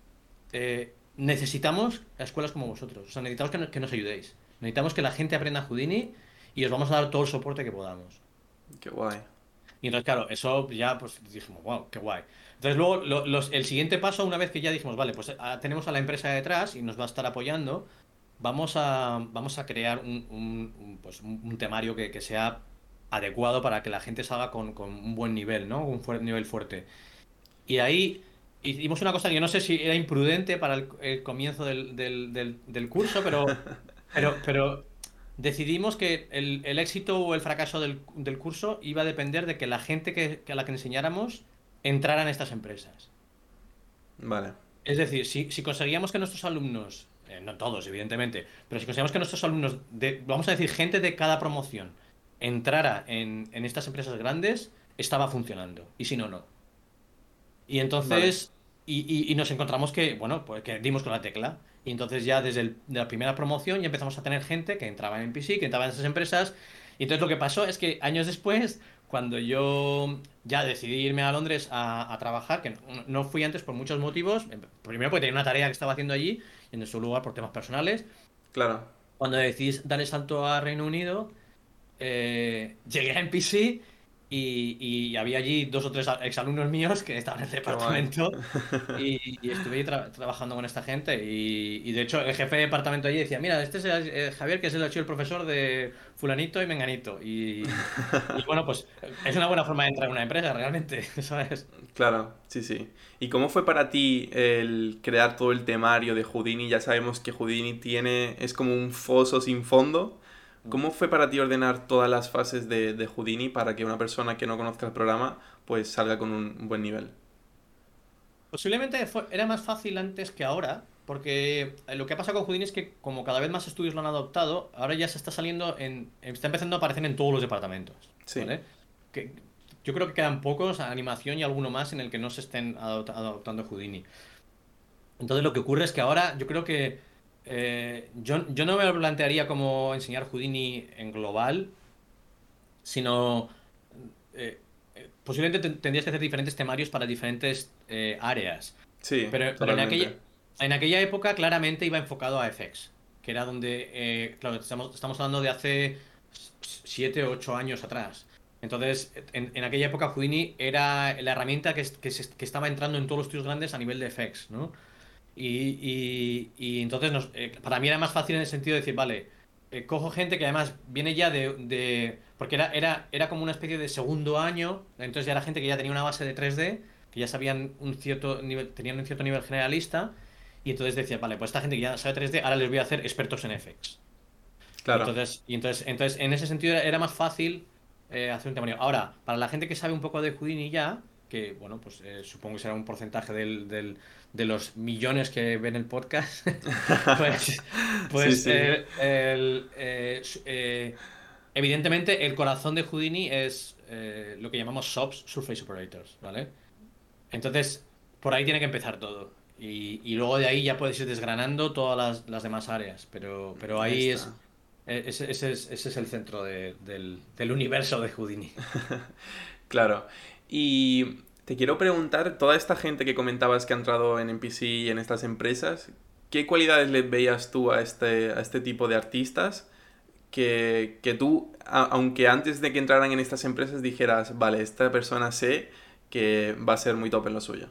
eh, necesitamos escuelas como vosotros. O sea, necesitamos que, no- que nos ayudéis. Necesitamos que la gente aprenda Houdini y os vamos a dar todo el soporte que podamos. qué guay. Y entonces, claro, eso ya pues dijimos, wow, qué guay. Entonces, luego, lo- los- el siguiente paso, una vez que ya dijimos, vale, pues ah, tenemos a la empresa detrás y nos va a estar apoyando, vamos a, vamos a crear un, un- un, pues, un, un temario que, que sea adecuado para que la gente salga con, con un buen nivel, ¿no? Un fuer- nivel fuerte. Y ahí hicimos una cosa que yo no sé si era imprudente para el, el comienzo del, del, del, del curso, pero, pero, pero decidimos que el, el éxito o el fracaso del, del curso iba a depender de que la gente que, que a la que enseñáramos entrara en estas empresas. Vale, Es decir, si, si conseguíamos que nuestros alumnos, eh, no todos, evidentemente, pero si conseguíamos que nuestros alumnos, de, vamos a decir, gente de cada promoción, entrara en, en estas empresas grandes, estaba funcionando. Y si no, no. Y vale. entonces, y, y- y nos encontramos que, bueno, pues que dimos con la tecla. Y entonces ya desde el- de la primera promoción ya empezamos a tener gente que entraba en N P C, que entraba en esas empresas. Y entonces lo que pasó es que años después, cuando yo ya decidí irme a Londres a, a trabajar, que no, no fui antes por muchos motivos, primero porque tenía una tarea que estaba haciendo allí, y en segundo lugar por temas personales, Claro, cuando decidí dar el salto a Reino Unido, eh, llegué a N P C y, y había allí dos o tres exalumnos míos que estaban en el qué guay. departamento y, y estuve ahí tra- trabajando con esta gente y, y de hecho el jefe de departamento allí decía, mira, este es el, eh, Javier, que es el, ha sido el profesor de fulanito y menganito. Y, y bueno, pues es una buena forma de entrar en una empresa, realmente, ¿sabes? Claro, sí, sí. ¿Y cómo fue para ti el crear todo el temario de Houdini? Ya sabemos que Houdini tiene, es como un foso sin fondo. ¿Cómo fue para ti ordenar todas las fases de, de Houdini para que una persona que no conozca el programa pues salga con un buen nivel? Posiblemente fue- era más fácil antes que ahora, porque eh, lo que ha pasado con Houdini es que como cada vez más estudios lo han adoptado, ahora ya se está saliendo en, está empezando a aparecer en todos los departamentos, Sí, ¿vale? Que, yo creo que quedan pocos, animación y alguno más en el que no se estén adopta- adoptando Houdini. Entonces lo que ocurre es que ahora yo creo que eh, yo, yo no me lo plantearía como enseñar Houdini en global, sino eh, eh, posiblemente ten- tendrías que hacer diferentes temarios para diferentes eh, áreas. sí, Pero, pero en aquella, totalmente. en aquella época claramente iba enfocado a F X, que era donde, eh, claro, estamos, estamos hablando de hace siete o ocho años atrás. Entonces, en, en aquella época Houdini era la herramienta que, que, se- que estaba entrando en todos los estudios grandes a nivel de effects, ¿no? Y, y- y entonces nos- eh, para mí era más fácil en el sentido de decir, vale, eh, cojo gente que además viene ya de, de- porque era, era, era como una especie de segundo año, entonces ya era gente que ya tenía una base de tres D, que ya sabían un cierto nivel, tenían un cierto nivel generalista, y entonces decía, vale, pues esta gente que ya sabe tres D, ahora les voy a hacer expertos en F X. Y Claro, entonces, y entonces, entonces en ese sentido era, era más fácil eh, hacer un temario. Ahora, para la gente que sabe un poco de Houdini ya, que bueno, pues eh, supongo que será un porcentaje del, del- de los millones que ven el podcast, pues, sí, pues sí, eh, el, eh, su- eh, evidentemente el corazón de Houdini es eh, lo que llamamos S O Ps, Surface Operators, ¿vale? Entonces, por ahí tiene que empezar todo. Y, y luego de ahí ya puedes ir desgranando todas las, las demás áreas. Pero, pero ahí ahí está. es, eh, ese, ese es, ese es el centro de- del, del universo de Houdini. Claro. Y te quiero preguntar, toda esta gente que comentabas que ha entrado en N P C y en estas empresas, ¿qué cualidades le veías tú a este, a este tipo de artistas que, que tú, a- aunque antes de que entraran en estas empresas dijeras, vale, esta persona sé que va a ser muy top en lo suyo?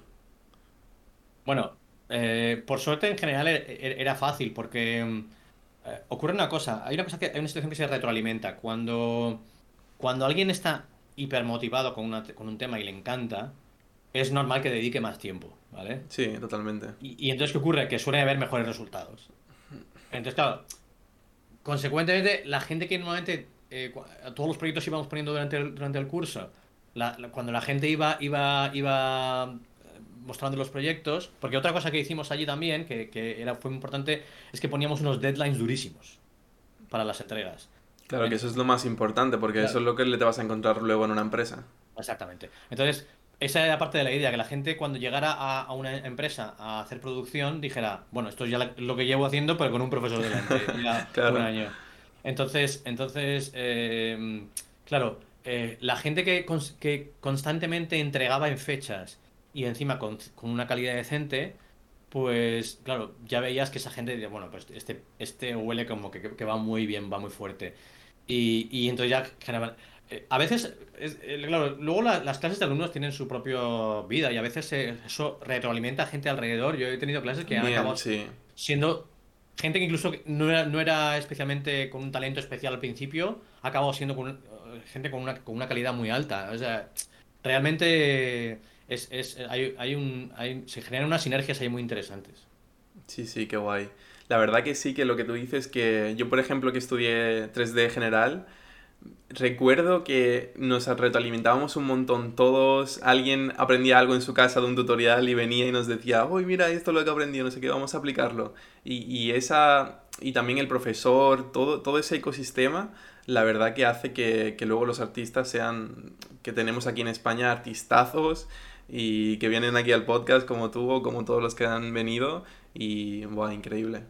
Bueno, eh, por suerte en general e- e- era fácil porque mm, eh, ocurre una cosa. Hay una cosa que, hay una situación que se retroalimenta. Cuando, cuando alguien está hipermotivado con, una- con un tema y le encanta, es normal que dedique más tiempo, ¿vale? Sí, totalmente. Y, y entonces, ¿qué ocurre? Que suele haber mejores resultados. Entonces, claro, consecuentemente, la gente que normalmente eh, cu- a todos los proyectos íbamos poniendo durante el, durante el curso, la- la- cuando la gente iba, iba, iba eh, mostrando los proyectos, porque otra cosa que hicimos allí también, que, que era, fue muy importante, es que poníamos unos deadlines durísimos para las entregas. Claro que En- eso es lo más importante, porque eso claro, es lo que le te vas a encontrar luego en una empresa. exactamente. Entonces, esa era parte de la idea, que la gente cuando llegara a, a una empresa a hacer producción dijera, bueno, esto es ya la- lo que llevo haciendo, pero con un profesor delante, ya un Claro, año. Entonces, entonces eh, claro, eh, la gente que, cons- que constantemente entregaba en fechas y encima con, con una calidad decente, pues claro, ya veías que esa gente decía, bueno, pues este, este huele como que, que va muy bien, va muy fuerte. Y, y entonces ya generaban- eh, a veces, es- eh, claro, luego la- las clases de alumnos tienen su propia vida y a veces eh, eso retroalimenta a gente alrededor. Yo he tenido clases que han también, acabado sí. siendo gente que incluso no era, no era especialmente con un talento especial al principio, ha acabado siendo con, eh, gente con una, con una calidad muy alta. O sea, realmente es, es- hay, hay un, hay- se generan unas sinergias ahí muy interesantes. Sí, sí, qué guay. La verdad que sí, que lo que tú dices, que yo, por ejemplo, que estudié tres D general, recuerdo que nos retroalimentábamos un montón todos, alguien aprendía algo en su casa de un tutorial y venía y nos decía, uy, mira, esto es lo que he aprendido, no sé qué, vamos a aplicarlo. Y, y esa, y también el profesor, todo, todo ese ecosistema, la verdad que hace que, que luego los artistas sean, que tenemos aquí en España, artistazos y que vienen aquí al podcast como tú o como todos los que han venido y, buah, increíble.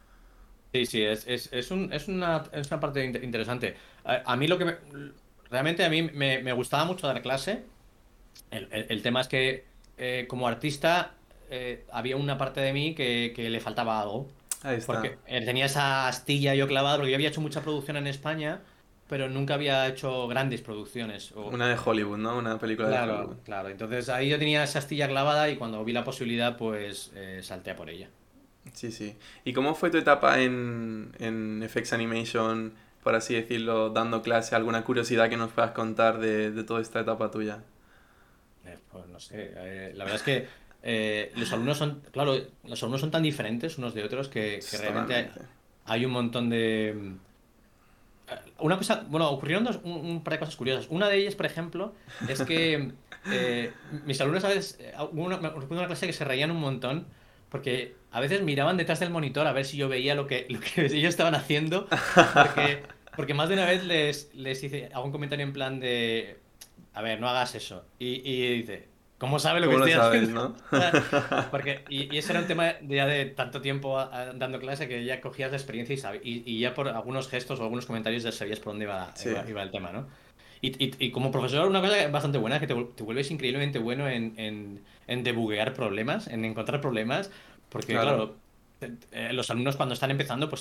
Sí, sí, es, es, es, un- es una, es una parte inte- interesante. A, a mí lo que me- realmente a mí me, me gustaba mucho dar clase. El, el- el tema es que eh, como artista eh, había una parte de mí que, que le faltaba algo. Ahí está. Porque eh, tenía esa astilla yo clavada, porque yo había hecho mucha producción en España, pero nunca había hecho grandes producciones. O, Una de Hollywood, ¿no? Una película de Hollywood. claro, claro. Entonces ahí yo tenía esa astilla clavada y cuando vi la posibilidad, pues eh, salté a por ella. Sí, sí. ¿Y cómo fue tu etapa en, en F X Animation, por así decirlo, dando clase? ¿Alguna curiosidad que nos puedas contar de, de toda esta etapa tuya? Eh, pues no sé, eh, la verdad es que eh, los alumnos son, claro, los alumnos son tan diferentes unos de otros que, que realmente hay, Totalmente. hay un montón de... mm, eh, Una cosa, bueno, ocurrieron dos- un, un par de cosas curiosas. Una de ellas, por ejemplo, es que eh, mis alumnos a veces, eh, hubo una, me recuerdo una clase que se reían un montón porque a veces miraban detrás del monitor a ver si yo veía lo que, lo que ellos estaban haciendo porque, porque más de una vez les, les hice algún comentario en plan de, a ver, no hagas eso. Y, y dice, ¿cómo sabe lo que ¿Cómo lo estoy sabes, haciendo? no? Porque, y, y ese era un tema de, ya de tanto tiempo a- a- dando clase que ya cogías la experiencia y, sabi- y, y ya por algunos gestos o algunos comentarios ya sabías por dónde iba, Sí, iba, iba el tema, ¿no? Y, y, y como profesor, una cosa bastante buena es que te, vuel- te vuelves increíblemente bueno en, en, en debuguear problemas, en encontrar problemas, porque claro. claro, te- eh, los alumnos cuando están empezando, pues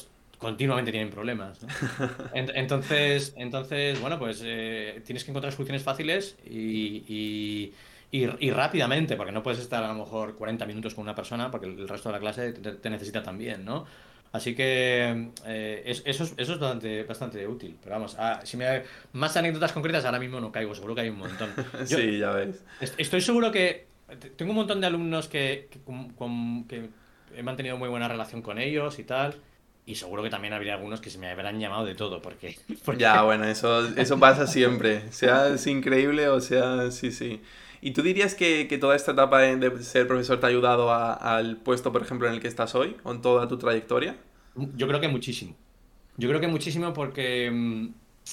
continuamente tienen problemas, ¿no? Ent- Entonces, entonces, bueno, pues eh, tienes que encontrar soluciones fáciles y, y, y- y rápidamente, porque no puedes estar a lo mejor cuarenta minutos con una persona porque el resto de la clase te, te necesita también, ¿no? Así que eh, es- eso es, eso es bastante, bastante útil. Pero vamos, ah, si me más anécdotas concretas ahora mismo no caigo, seguro que hay un montón. Yo Sí, ya ves. est- estoy seguro que te- tengo un montón de alumnos que, que, con- con- que he mantenido muy buena relación con ellos y tal. Y seguro que también habría algunos que se me habrán llamado de todo, porque, Ya, porque bueno, eso, eso pasa siempre, sea es increíble o sea, sí, sí. ¿Y tú dirías que, que toda esta etapa de, de ser profesor te ha ayudado a- al puesto, por ejemplo, en el que estás hoy, con toda tu trayectoria? yo creo que muchísimo. Yo creo que muchísimo porque, mm,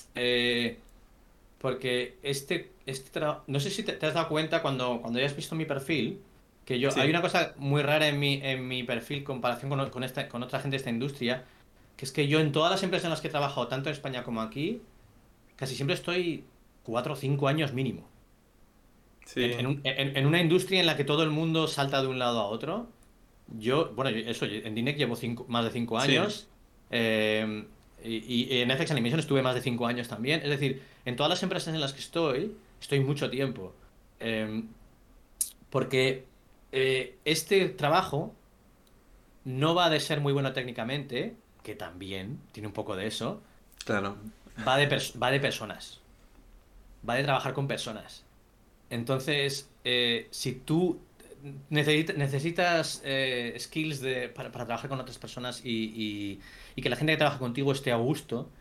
eh, porque este, este tra- no sé si te, te has dado cuenta cuando, cuando hayas visto mi perfil, que yo, hay Sí, una cosa muy rara en mi, en mi perfil en comparación con, o- con, esta, con otra gente de esta industria, que es que yo en todas las empresas en las que he trabajado, tanto en España como aquí, casi siempre estoy cuatro o cinco años mínimo. En, en sí, un- en- en una industria en la que todo el mundo salta de un lado a otro, yo, bueno, yo- eso, yo en Dinec llevo cinco- más de cinco sí, años, eh, y, y en F X Animation estuve más de cinco años también. Es decir, en todas las empresas en las que estoy, estoy mucho tiempo. Eh, porque eh, este trabajo no va de ser muy bueno técnicamente, que también tiene un poco de eso, claro, va de, pers- va de personas, va de trabajar con personas. Entonces, eh, si tú necesita- necesitas eh, skills de, para, para trabajar con otras personas y, y- y que la gente que trabaja contigo esté a gusto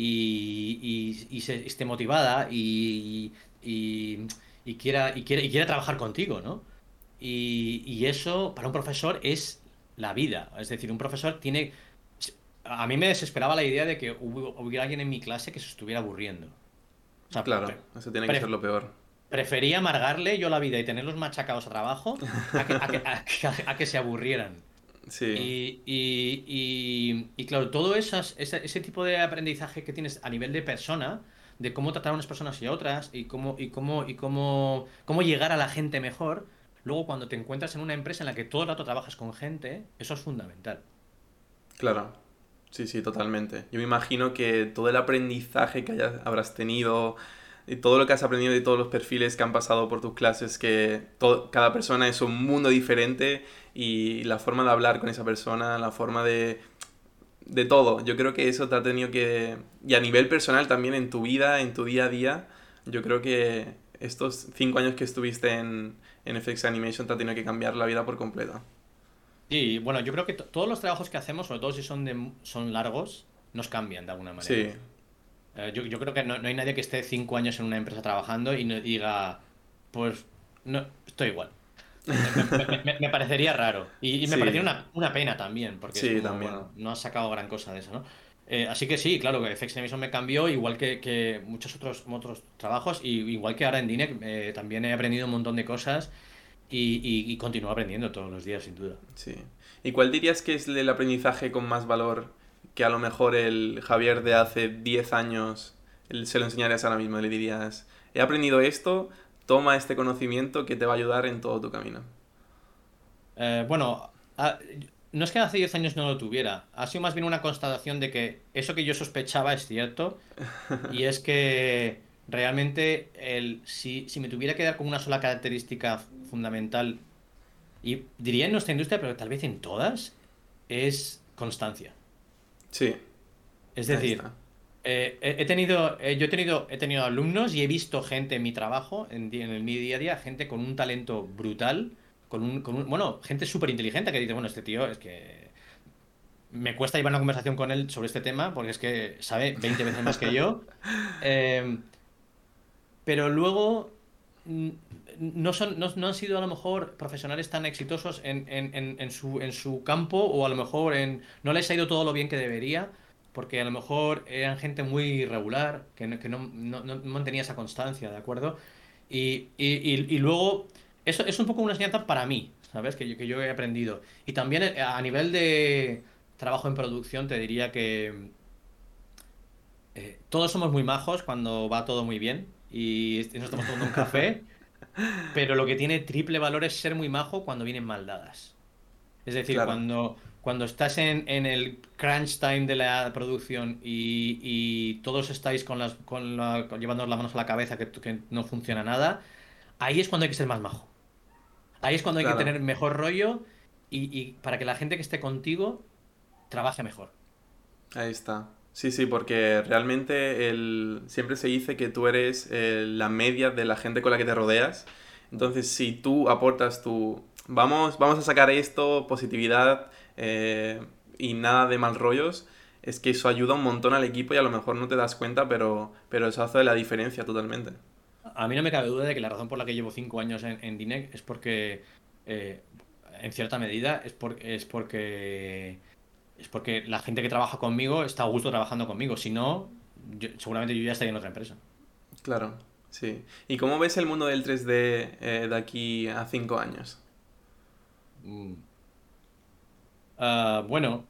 y, y- y se- esté motivada y, y- y quiera, y quiera, y quiera trabajar contigo, ¿no? Y, y eso para un profesor es la vida. Es decir, un profesor tiene... A mí me desesperaba la idea de que hubo- hubiera alguien en mi clase que se estuviera aburriendo. O sea, claro, eso tiene que ser pre- lo peor. prefería amargarle yo la vida y tenerlos machacados a trabajo a que, a que, a que- a que se aburrieran. Sí, Y, y, y- y claro, todo esas, ese, ese tipo de aprendizaje que tienes a nivel de persona, de cómo tratar a unas personas y a otras, y cómo, y cómo, y cómo, cómo llegar a la gente mejor, luego cuando te encuentras en una empresa en la que todo el rato trabajas con gente, eso es fundamental. claro, sí, sí, totalmente. Yo me imagino que todo el aprendizaje que hayas, habrás tenido, y todo lo que has aprendido de todos los perfiles que han pasado por tus clases, que to- cada persona es un mundo diferente y la forma de hablar con esa persona, la forma de de todo. Yo creo que eso te ha tenido que... Y a nivel personal también en tu vida, en tu día a día, yo creo que estos cinco años que estuviste en, en F X Animation te ha tenido que cambiar la vida por completo. Y bueno, yo creo que to- todos los trabajos que hacemos, sobre todo si son, de, son largos, nos cambian de alguna manera. Sí, Eh, yo, yo creo que no, no hay nadie que esté cinco años en una empresa trabajando y no diga, pues, no, estoy igual. Me, me- me- me- me parecería raro. Y, y me parecería sí, una, una pena también, porque es sí, como, también. bueno, no has sacado gran cosa de eso, ¿no? Eh, así que sí, claro, que F X Animation me cambió, igual que, que muchos otros, otros trabajos, y igual que ahora en Dinec, eh, también he aprendido un montón de cosas y, y, y continúo aprendiendo todos los días, sin duda. Sí. ¿Y cuál dirías que es el aprendizaje con más valor que a lo mejor el Javier de hace diez años él se lo enseñarías ahora mismo? Le dirías, he aprendido esto, toma este conocimiento que te va a ayudar en todo tu camino. Eh, bueno, a- no es que hace diez años no lo tuviera, ha sido más bien una constatación de que eso que yo sospechaba es cierto, y es que realmente el, si, si me tuviera que dar como una sola característica fundamental, y diría en nuestra industria, pero tal vez en todas, es constancia. Sí, Es ahí decir, está. eh, he he tenido, eh, yo he tenido, he tenido alumnos y he visto gente en mi trabajo, en, di- en el mi día a día, gente con un talento brutal, con un, con un- bueno, gente súper inteligente que dice, bueno, este tío es que me cuesta llevar una conversación con él sobre este tema porque es que sabe veinte veces más que yo. Eh, pero luego mm, no son, no, no han sido a lo mejor profesionales tan exitosos en, en- en- en su, en su campo, o a lo mejor en, no les ha ido todo lo bien que debería, porque a lo mejor eran gente muy irregular, que no, que no, no- no mantenía esa constancia, ¿de acuerdo? Y, y- y- y luego, eso es un poco una enseñanza para mí, ¿sabes? Que yo, que yo he aprendido. Y también eh, a nivel de trabajo en producción, te diría que eh, todos somos muy majos cuando va todo muy bien y est- nos estamos tomando un café, pero lo que tiene triple valor es ser muy majo cuando vienen mal dadas. Es decir, Claro, cuando, cuando estás en, en el crunch time de la producción y, y todos estáis con las, con la, con- llevándoos las manos a la cabeza que, que no funciona nada, ahí es cuando hay que ser más majo. Ahí es cuando hay que Claro, tener mejor rollo y, y para que la gente que esté contigo trabaje mejor. ahí está. Sí, sí, porque realmente el... siempre se dice que tú eres eh, la media de la gente con la que te rodeas. Entonces, si tú aportas tu... Vamos, vamos a sacar esto, positividad eh, y nada de mal rollos, es que eso ayuda un montón al equipo y a lo mejor no te das cuenta, pero, pero eso hace la diferencia totalmente. A mí no me cabe duda de que la razón por la que llevo cinco años en, en D N E C es porque, eh, en cierta medida, es, por- es porque es porque la gente que trabaja conmigo está a gusto trabajando conmigo. Si no, yo- seguramente yo ya estaría en otra empresa. Claro, sí. ¿Y cómo ves el mundo del tres D eh, de aquí a cinco años? Mm. Ah, bueno,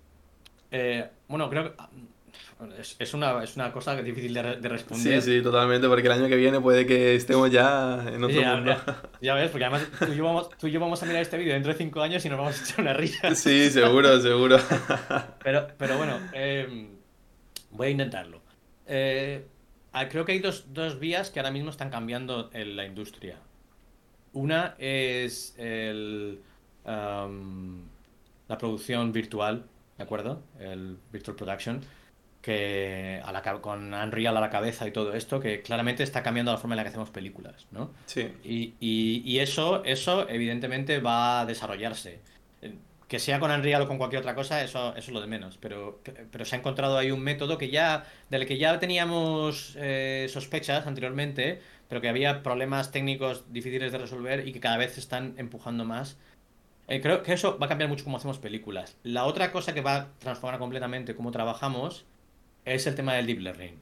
eh, bueno, creo que ah, es, es una, es una cosa difícil de, re- de Sí, responder. sí, totalmente, porque el año que viene puede que estemos ya en Sí, otro ya, mundo. ya- ya ves, porque además tú y yo vamos, tú y yo vamos a mirar este vídeo dentro de cinco años y nos vamos a echar unas Sí, risas. seguro, seguro. Pero, pero bueno, em, voy a intentarlo. Eh, ah, creo que hay dos, dos vías que ahora mismo están cambiando en la industria. Una es el, am, la producción virtual, ¿de acuerdo? El virtual production, que a la ca- con Unreal a la cabeza y todo esto, que claramente está cambiando la forma en la que hacemos películas, ¿no? Sí, Y, y- y eso, eso evidentemente va a desarrollarse. Eh, Que sea con Unreal o con cualquier otra cosa, eso, eso es lo de menos. Pero, pero se ha encontrado ahí un método que ya, del que ya teníamos eh, sospechas anteriormente, pero que había problemas técnicos difíciles de resolver y que cada vez se están empujando más. Eh, creo que eso va a cambiar mucho cómo hacemos películas. La otra cosa que va a transformar completamente cómo trabajamos es el tema del deep learning.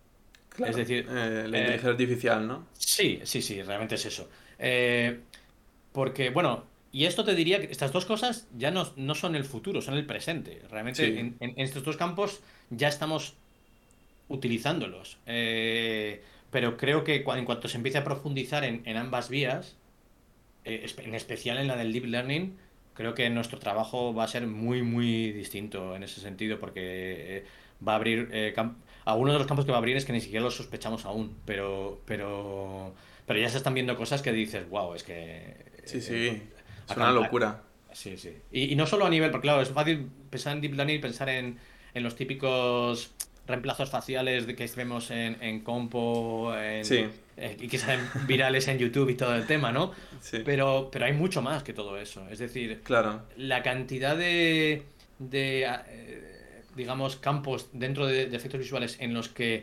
Es claro. decir, Eh, la eh, inteligencia artificial, ¿no? sí, sí, sí, realmente es eso. Eh, porque, bueno, y esto te diría que estas dos cosas ya no, no son el futuro, son el presente. Realmente Sí, en, en- en estos dos campos ya estamos utilizándolos. Eh, pero creo que cua- en cuanto se empiece a profundizar en, en ambas vías, eh, espe- en especial en la del deep learning, creo que nuestro trabajo va a ser muy, muy distinto en ese sentido, porque eh, va a abrir eh, cam- algunos de los campos que va a abrir es que ni siquiera los sospechamos aún, pero, pero, pero ya se están viendo cosas que dices, wow, es que sí, eh, sí. ha Es una cam- ha- locura. sí, sí. Y, y no solo a nivel, porque claro, es fácil pensar en deep learning y pensar en, en los típicos reemplazos faciales de que vemos en, en Compo en, Sí, eh, y que salen virales en YouTube y todo el tema, ¿no? sí, Pero, pero hay mucho más que todo eso. Es decir, claro. la cantidad de, de, eh, digamos, campos dentro de, de efectos visuales en los que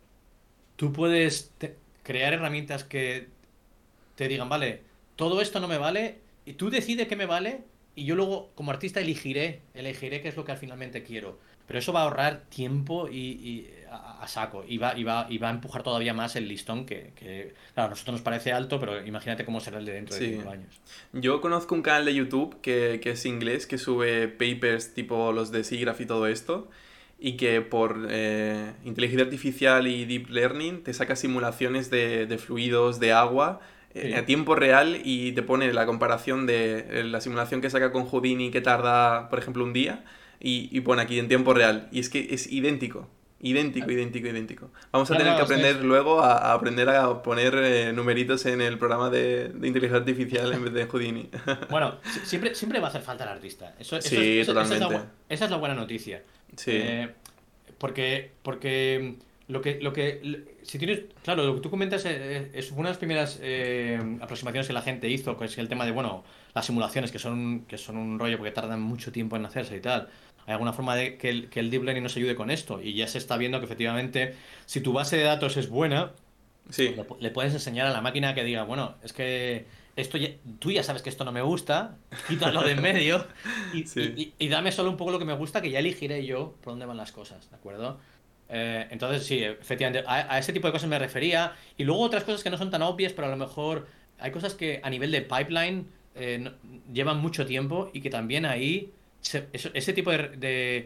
tú puedes te- crear herramientas que te digan, vale, todo esto no me vale, y tú decides qué me vale, y yo luego, como artista, elegiré, elegiré qué es lo que finalmente quiero. Pero eso va a ahorrar tiempo y, y a, a saco, y va, y va, y va a empujar todavía más el listón que, que, claro, a nosotros nos parece alto, pero imagínate cómo será el de dentro de Sí. cinco años. Yo conozco un canal de YouTube que, que es inglés, que sube papers tipo los de SIGGRAPH y todo esto, y que por eh, inteligencia artificial y deep learning te saca simulaciones de, de fluidos, de agua, eh, a Sí. tiempo real y te pone la comparación de eh, la simulación que saca con Houdini que tarda, por ejemplo, un día, y, y pone aquí en tiempo real. Y es que es idéntico. Idéntico, idéntico, idéntico. Vamos a Claro, tener que claro, es, aprender es- luego a, a aprender a poner eh, numeritos en el programa de, de inteligencia artificial en vez de Houdini. Bueno, si- siempre, siempre va a hacer falta el artista. Eso, eso es, Sí, eso- esa es la, totalmente. bu- esa es la buena noticia. Sí, Eh, porque, porque lo que, lo que, lo- si tienes, claro, lo que tú comentas eh, es, una de las primeras eh, aproximaciones que la gente hizo, que es el tema de, bueno, las simulaciones, que son, que son un rollo porque tardan mucho tiempo en hacerse y tal. ¿Hay alguna forma de que el, que el deep learning nos ayude con esto? Y ya se está viendo que efectivamente, si tu base de datos es buena, sí, le, pu- le puedes enseñar a la máquina que diga, bueno, es que esto ya- tú ya sabes que esto no me gusta, quítalo de en medio y, y- sí, y- y dame solo un poco lo que me gusta, que ya elegiré yo por dónde van las cosas, ¿de acuerdo? Eh, entonces, sí, efectivamente, a, a ese tipo de cosas me refería. Y luego otras cosas que no son tan obvias, pero a lo mejor hay cosas que a nivel de pipeline eh, no- llevan mucho tiempo y que también ahí se- eso- ese tipo de, de,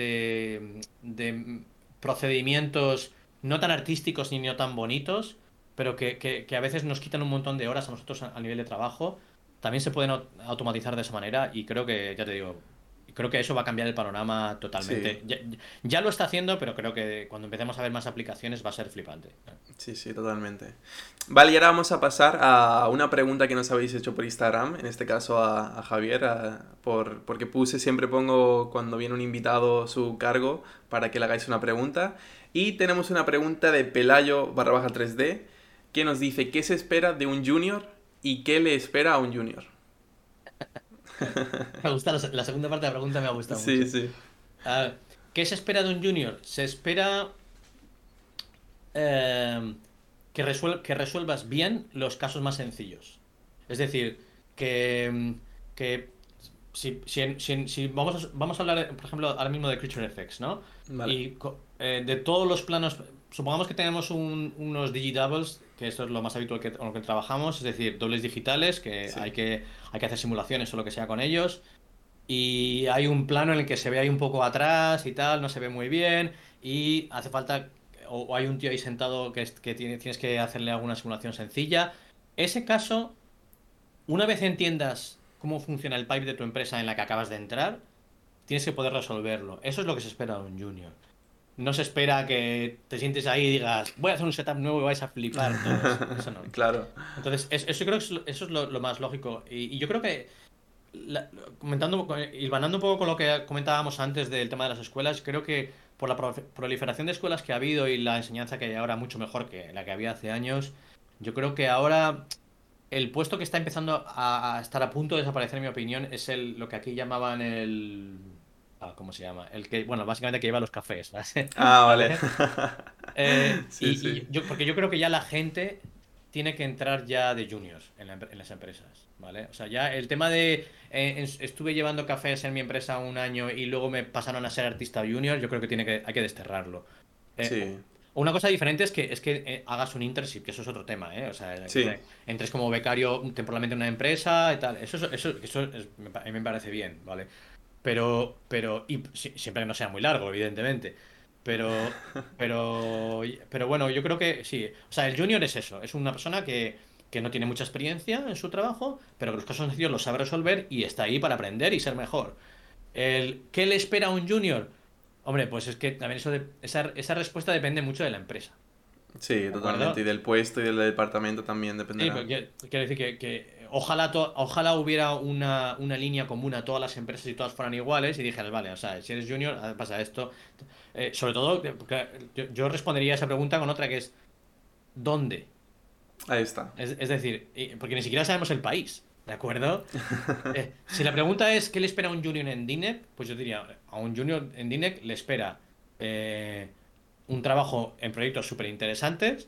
de- de procedimientos no tan artísticos ni no tan bonitos, pero que, que- que a veces nos quitan un montón de horas a nosotros a, a nivel de trabajo, también se pueden au- automatizar de esa manera y creo que, ya te digo, creo que eso va a cambiar el panorama totalmente. Sí, Ya, ya lo está haciendo, pero creo que cuando empecemos a ver más aplicaciones va a ser flipante. sí, sí, totalmente. Vale, y ahora vamos a pasar a una pregunta que nos habéis hecho por Instagram, en este caso a, a Javier, a- por, porque puse, siempre pongo cuando viene un invitado su cargo para que le hagáis una pregunta. Y tenemos una pregunta de Pelayo barra baja tres D que nos dice qué se espera de un junior y qué le espera a un junior. Me gusta la, la segunda parte de la pregunta, me ha gustado Sí, mucho. sí, Ah, ¿qué se espera de un junior? Se espera eh, que, resuel- que resuelvas bien los casos más sencillos. Es decir, que, mm, que si, si, en- si en- si vamos, a, vamos a hablar, por ejemplo, ahora mismo de Creature Effects, ¿no? vale. Y co- eh, de todos los planos, supongamos que tenemos un- unos digidoubles, que esto es lo más habitual que, con lo que trabajamos, es decir, dobles digitales, que hay Sí, que, hay que hacer simulaciones o lo que sea con ellos. Y hay un plano en el que se ve ahí un poco atrás y tal, no se ve muy bien, y hace falta, o, o hay un tío ahí sentado que, es- que tiene- tienes que hacerle alguna simulación sencilla. Ese caso, una vez entiendas cómo funciona el pipe de tu empresa en la que acabas de entrar, tienes que poder resolverlo. Eso es lo que se espera de un junior. No se espera que te sientes ahí y digas, voy a hacer un setup nuevo y vais a flipar todos. Eso no. claro. Entonces, es- eso creo que es lo- eso es lo, lo más lógico. Y, y yo creo que la- comentando, hilvanando un poco con lo que comentábamos antes del tema de las escuelas, creo que por la pro- proliferación de escuelas que ha habido y la enseñanza que hay ahora mucho mejor que la que había hace años, yo creo que ahora el puesto que está empezando a, a estar a punto de desaparecer, en mi opinión, es el, lo que aquí llamaban el... ah, ¿cómo se llama? El que, bueno, básicamente que lleva los cafés, ¿vale? Ah, vale. ¿Vale? Eh, Sí, y, sí. y yo, porque yo creo que ya la gente tiene que entrar ya de juniors en, la empre- en las empresas, ¿vale? O sea, ya el tema de eh, en- estuve llevando cafés en mi empresa un año y luego me pasaron a ser artista junior, yo creo que tiene que hay que desterrarlo. Eh, o- Sí, una cosa diferente es que es que eh, hagas un internship, que eso es otro tema, ¿eh? O sea, que sí, te- entres como becario temporalmente en una empresa y tal. Eso, es- eso, eso es- me pa- a mí me parece bien, ¿vale? Pero, pero, y si- siempre que no sea muy largo, evidentemente. Pero, pero, pero bueno, yo creo que sí. O sea, el junior es eso, es una persona que, que no tiene mucha experiencia en su trabajo, pero que los casos sencillos los sabe resolver y está ahí para aprender y ser mejor. El, ¿qué le espera a un junior? Hombre, pues es que también eso de- esa, esa respuesta depende mucho de la empresa, sí, ¿de totalmente. Y acuerdo? del puesto y del departamento también Sí, dependerá. pero quiero quiero decir que, que ojalá, to- ojalá hubiera una, una línea común a todas las empresas y todas fueran iguales y dijeras, vale, o sea, si eres junior, ah, pasa esto. Eh, sobre todo, eh, porque yo, yo respondería a esa pregunta con otra que es, ¿dónde? Ahí está. Es, es decir, y- porque ni siquiera sabemos el país, ¿de acuerdo? Eh, si la pregunta es, ¿qué le espera a un junior en D N E P? Pues yo diría, a un junior en D N E P le espera eh, un trabajo en proyectos súper interesantes,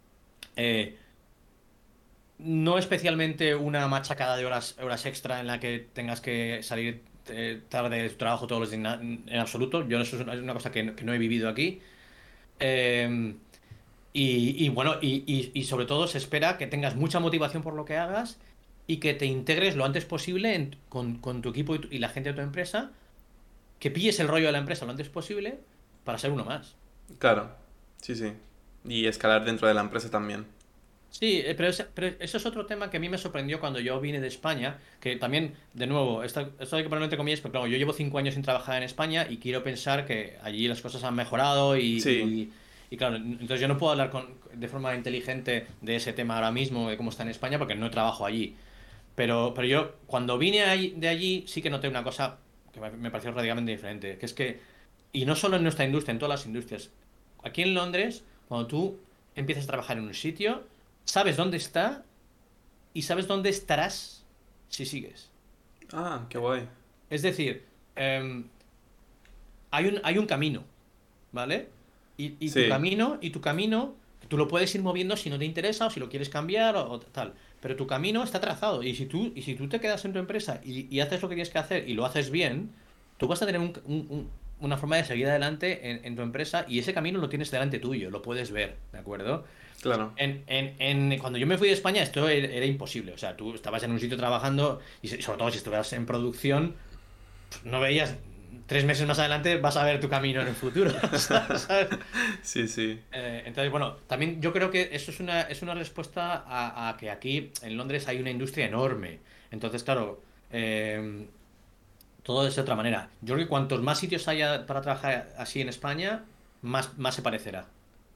no especialmente una machacada de horas, horas extra en la que tengas que salir eh, tarde de tu trabajo todos los días na- en absoluto. Yo eso es una, es una cosa que, no que no he vivido aquí. Eh, y, y bueno, y, y- y sobre todo se espera que tengas mucha motivación por lo que hagas y que te integres lo antes posible en- con, con tu equipo y, tu- y la gente de tu empresa, que pilles el rollo de la empresa lo antes posible para ser uno más. Claro, sí, sí. Y escalar dentro de la empresa también. Sí, eh, pero, ese- pero eso es otro tema que a mí me sorprendió cuando yo vine de España, que también, de nuevo, esto, esto hay que ponerlo entre comillas, porque claro, yo llevo cinco años sin trabajar en España y quiero pensar que allí las cosas han mejorado y, Sí, y- y claro, entonces yo no puedo hablar con- de forma inteligente de ese tema ahora mismo, de cómo está en España, porque no trabajo allí. Pero, pero yo, cuando vine ahí- de allí, sí que noté una cosa que me, me pareció radicalmente diferente, que es que, y no solo en nuestra industria, en todas las industrias, aquí en Londres, cuando tú empiezas a trabajar en un sitio, sabes dónde está y sabes dónde estarás si sigues. ah, qué guay. Es decir, em, hay un, hay un camino, ¿vale? Y, y tu Sí, camino, y tu camino, tú lo puedes ir moviendo si no te interesa o si lo quieres cambiar o, o tal. Pero tu camino está trazado. Y si tú, y si tú te quedas en tu empresa y, y haces lo que tienes que hacer y lo haces bien, tú vas a tener un- un- un- una forma de seguir adelante en, en tu empresa y ese camino lo tienes delante tuyo, lo puedes ver, ¿de acuerdo? claro. En, en, en- cuando yo me fui de España esto era, era imposible. O sea, tú estabas en un sitio trabajando y se- sobre todo si estuvieras en producción, pues, no veías tres meses más adelante vas a ver tu camino en el futuro. ¿Sabes? Sí, sí. Eh, entonces, bueno, también yo creo que eso es una, es una respuesta a, a que aquí en Londres hay una industria enorme. Entonces, claro, eh, todo es de otra manera. Yo creo que cuantos más sitios haya para trabajar así en España, más, más se parecerá.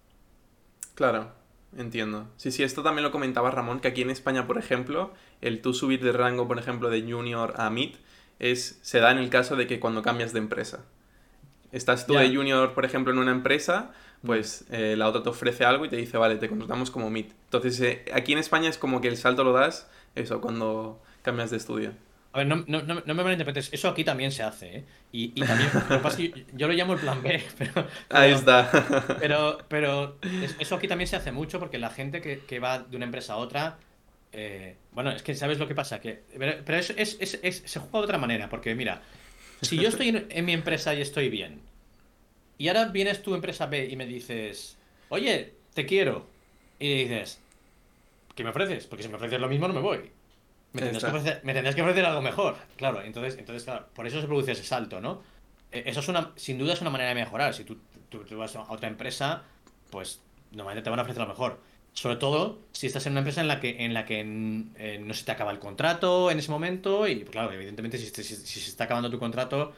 Claro, entiendo. Sí, sí, esto también lo comentaba Ramón, que aquí en España, por ejemplo, el tú subir de rango, por ejemplo, de junior a mid, es, se da en el caso de que cuando cambias de empresa. Estás tú de Ya. junior, por ejemplo, en una empresa, Mm. pues eh, la otra te ofrece algo y te dice, vale, te contratamos como mid. Entonces, eh, aquí en España es como que el salto lo das, eso, cuando cambias de estudio. A ver, no, no, no, no me malinterpretes, eso aquí también se hace, ¿eh? Y, y también, lo que pasa es que yo, yo lo llamo el plan B, pero, Ahí pero, está. pero, pero es- eso aquí también se hace mucho porque la gente que, que va de una empresa a otra, eh, bueno, es que sabes lo que pasa, que, pero, pero es, es- es- es- se juega de otra manera, porque mira, si yo estoy en, en mi empresa y estoy bien, y ahora vienes tu empresa B y me dices, oye, te quiero, y dices, ¿qué me ofreces? Porque si me ofreces lo mismo no me voy. Me Ahí tendrás que está. ofrecer, me tendrás que ofrecer algo mejor. Claro, entonces, entonces claro, por eso se produce ese salto, ¿no? Eh, Eso es una, sin duda es una manera de mejorar. Si tú, tú, tú vas a otra empresa, pues normalmente te van a ofrecer lo mejor. Sobre todo si estás en una empresa en la que, en la que mm, eh, no se te acaba el contrato en ese momento. Y pues, claro, evidentemente, si, te- si- si se está acabando tu contrato,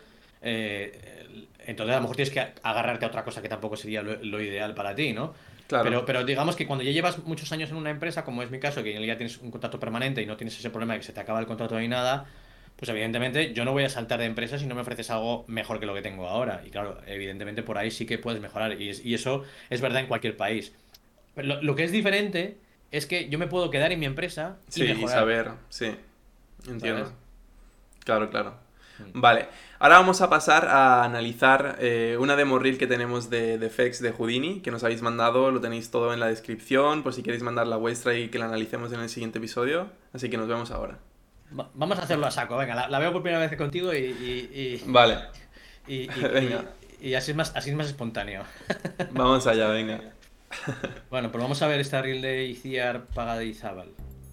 eh, el- entonces a lo mejor tienes que agarrarte a otra cosa que tampoco sería lo, lo ideal para ti, ¿no? Claro, Pero, pero digamos que cuando ya llevas muchos años en una empresa, como es mi caso, que ya tienes un contrato permanente y no tienes ese problema de que se te acaba el contrato ni nada, pues evidentemente yo no voy a saltar de empresa si no me ofreces algo mejor que lo que tengo ahora. Y claro, evidentemente por ahí sí que puedes mejorar. Y, es- y eso es verdad en cualquier país. Pero lo, lo que es diferente es que yo me puedo quedar en mi empresa y sí, y mejorar, saber, sí, entiendo. ¿sabes? Claro, claro. Mm. Vale, ahora vamos a pasar a analizar eh, una demo reel que tenemos de, de F X de Houdini, que nos habéis mandado, lo tenéis todo en la descripción, por si queréis mandar la vuestra y que la analicemos en el siguiente episodio. Así que nos vemos ahora. Va- vamos a hacerlo a saco. Venga, la, la veo por primera vez contigo y, y, Vale, y, y, venga, y- y así es más, así es más espontáneo. vamos allá, venga. Bueno, pues vamos a ver esta reel de Iciar Pagadizábal.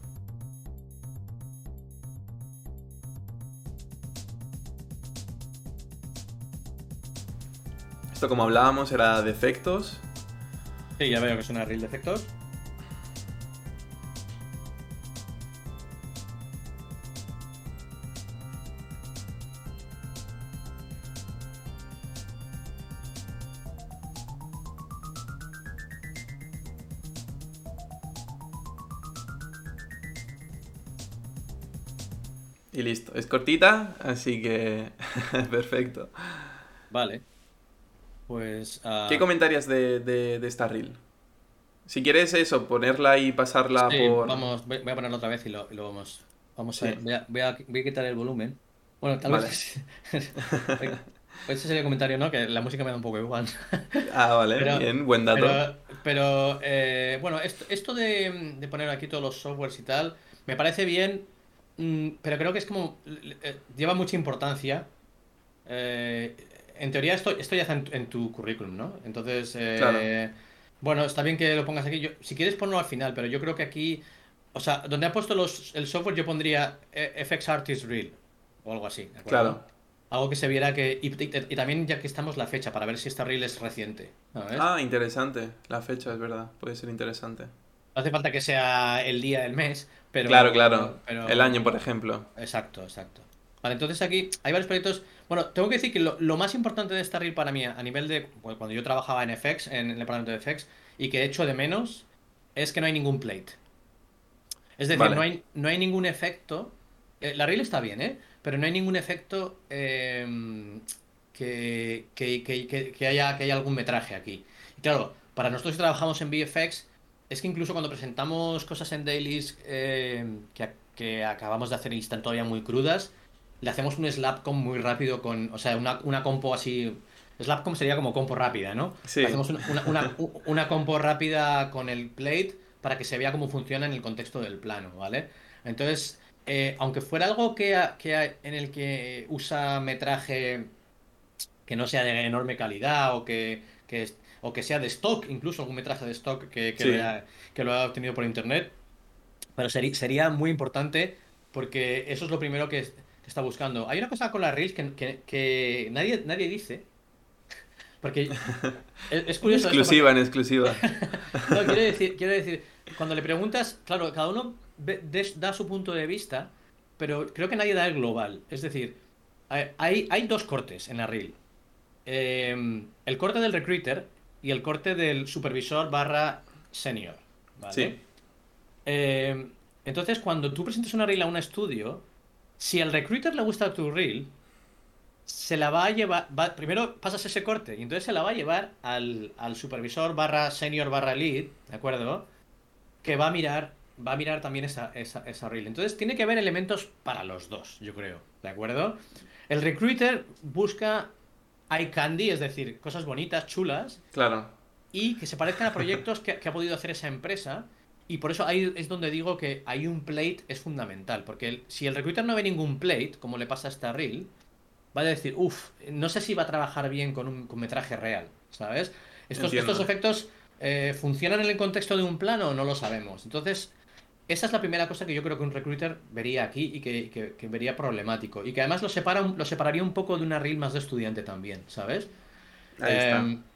Esto, como hablábamos, era de efectos. Sí, ya veo que es una reel de efectos. Y listo, es cortita, así que perfecto. Vale, pues ¿Qué ah, comentarías de, de, de esta reel? Si quieres eso, ponerla y pasarla sí, por... vamos, voy, voy a ponerlo otra vez y lo, y lo vamos. Vamos a Sí, ver, voy a, voy a- voy a quitar el volumen. Bueno, tal vale. vez. Ese sería el comentario, ¿no? Que la música me da un poco igual. Ah, vale, Pero, bien, buen dato. pero, pero, eh, bueno, esto, esto de, de poner aquí todos los softwares y tal, me parece bien, mm, pero creo que es como, eh, lleva mucha importancia. Eh, en teoría esto, esto ya está en, en tu currículum, ¿no? Entonces, Claro, eh, bueno, está bien que lo pongas aquí. Yo, si quieres ponlo al final, pero yo creo que aquí, o sea, donde ha puesto los, el software yo pondría eh, F X Artist Reel o algo así, ¿de claro. acuerdo? Algo que se viera que... Y, y- y también ya que estamos la fecha para ver si esta reel es reciente, ¿sabes? Ah, interesante. La fecha, es verdad. Puede ser interesante. No hace falta que sea el día, el mes, Claro, claro. pero, El año, por pero... ejemplo. Exacto, exacto. Vale, entonces aquí hay varios proyectos. Bueno, tengo que decir que lo, lo más importante de esta reel para mí, a nivel de bueno, cuando yo trabajaba en F X, en el departamento de F X, y que echo de menos, es que no hay ningún plate. Es decir, no Vale. hay, no hay ningún efecto. eh, la reel está bien, ¿eh? Pero no hay ningún efecto eh, que, que, que- que- que haya, que haya algún metraje aquí. Y claro, para nosotros que trabajamos en V F X, es que incluso cuando presentamos cosas en dailies eh, que, que acabamos de hacer y están todavía muy crudas, le hacemos un slapcom muy rápido con, o sea, una, una compo así. Slapcom sería como compo rápida, ¿no? Le Sí. hacemos una, una, una, una compo rápida con el plate para que se vea cómo funciona en el contexto del plano, ¿vale? Entonces, eh, aunque fuera algo que, ha- que ha- en el que usa metraje que no sea de enorme calidad o que, que es- o que sea de stock, incluso algún metraje de stock que, que lo Sí. haya, que lo haya obtenido por internet, pero seri- sería muy importante porque eso es lo primero que, es- que está buscando. Hay una cosa con las Reels que, que- que nadie, nadie dice, porque es, es En curioso esto exclusiva, porque en exclusiva. no, quiero decir, quiero decir, cuando le preguntas, claro, cada uno ve- des- da su punto de vista, pero creo que nadie da el global. Es decir, hay, hay hay dos cortes en la reel. Eh, el corte del recruiter y el corte del supervisor barra senior, ¿vale? Sí, Eh, entonces, cuando tú presentas una reel a un estudio, si al recruiter le gusta tu reel, se la va a llevar, va- primero pasas ese corte y entonces se la va a llevar al, al supervisor barra senior barra lead, ¿de acuerdo? Que va a mirar, va a mirar también esa, esa, esa reel. Entonces tiene que haber elementos para los dos, yo creo, ¿de acuerdo? El recruiter busca eye candy, es decir, cosas bonitas, chulas, claro. y que se parezcan a proyectos que, que ha podido hacer esa empresa. Y por eso ahí es donde digo que hay un plate es fundamental, porque el- si el recruiter no ve ningún plate, como le pasa a esta reel, va a decir, uff, no sé si va a trabajar bien con un con metraje real, ¿sabes? Estos, estos Entiendo. efectos eh, funcionan en el contexto de un plano o no lo sabemos. Entonces, esa es la primera cosa que yo creo que un recruiter vería aquí y que, que- que vería problemático. Y que además lo separa, un- lo separaría un poco de una reel más de estudiante también, ¿sabes? Ahí está. Em,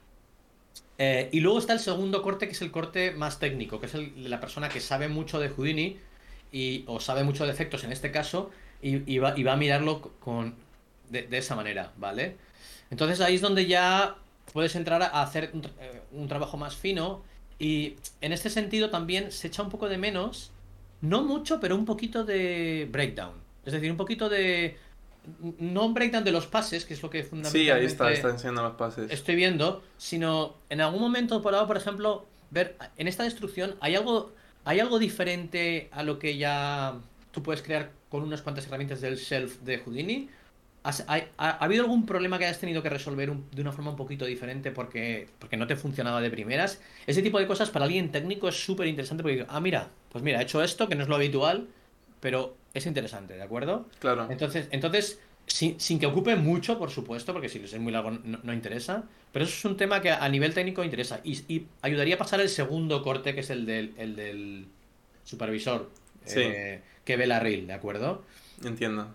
eh, y luego está el segundo corte, que es el corte más técnico, que es el de la persona que sabe mucho de Houdini y, o sabe mucho de efectos en este caso y, y va, y va a mirarlo con, de, de esa manera, ¿vale? Entonces ahí es donde ya puedes entrar a hacer un, tra- eh, un trabajo más fino y en este sentido también se echa un poco de menos, no mucho, pero un poquito de breakdown. Es decir, un poquito de... No un breakdown de los pases, que es lo que Sí, ahí está, está fundamentalmente enseñando los pases. estoy viendo, sino en algún momento por, por ejemplo, ver en esta destrucción hay algo, hay algo diferente a lo que ya tú puedes crear con unas cuantas herramientas del shelf de Houdini. ¿Has- hay- ha, ha habido algún problema que hayas tenido que resolver un- de una forma un poquito diferente porque, porque no te funcionaba de primeras? Ese tipo de cosas para alguien técnico es súper interesante porque, ah, mira, pues mira, he hecho esto que no es lo habitual, pero es interesante, ¿de acuerdo? Claro. Entonces, entonces sin, sin que ocupe mucho, por supuesto, porque si les es muy largo no, no interesa, pero eso es un tema que a, a nivel técnico interesa y, y ayudaría a pasar el segundo corte, que es el del, el del supervisor Sí, eh, que ve la reel, ¿de acuerdo? entiendo.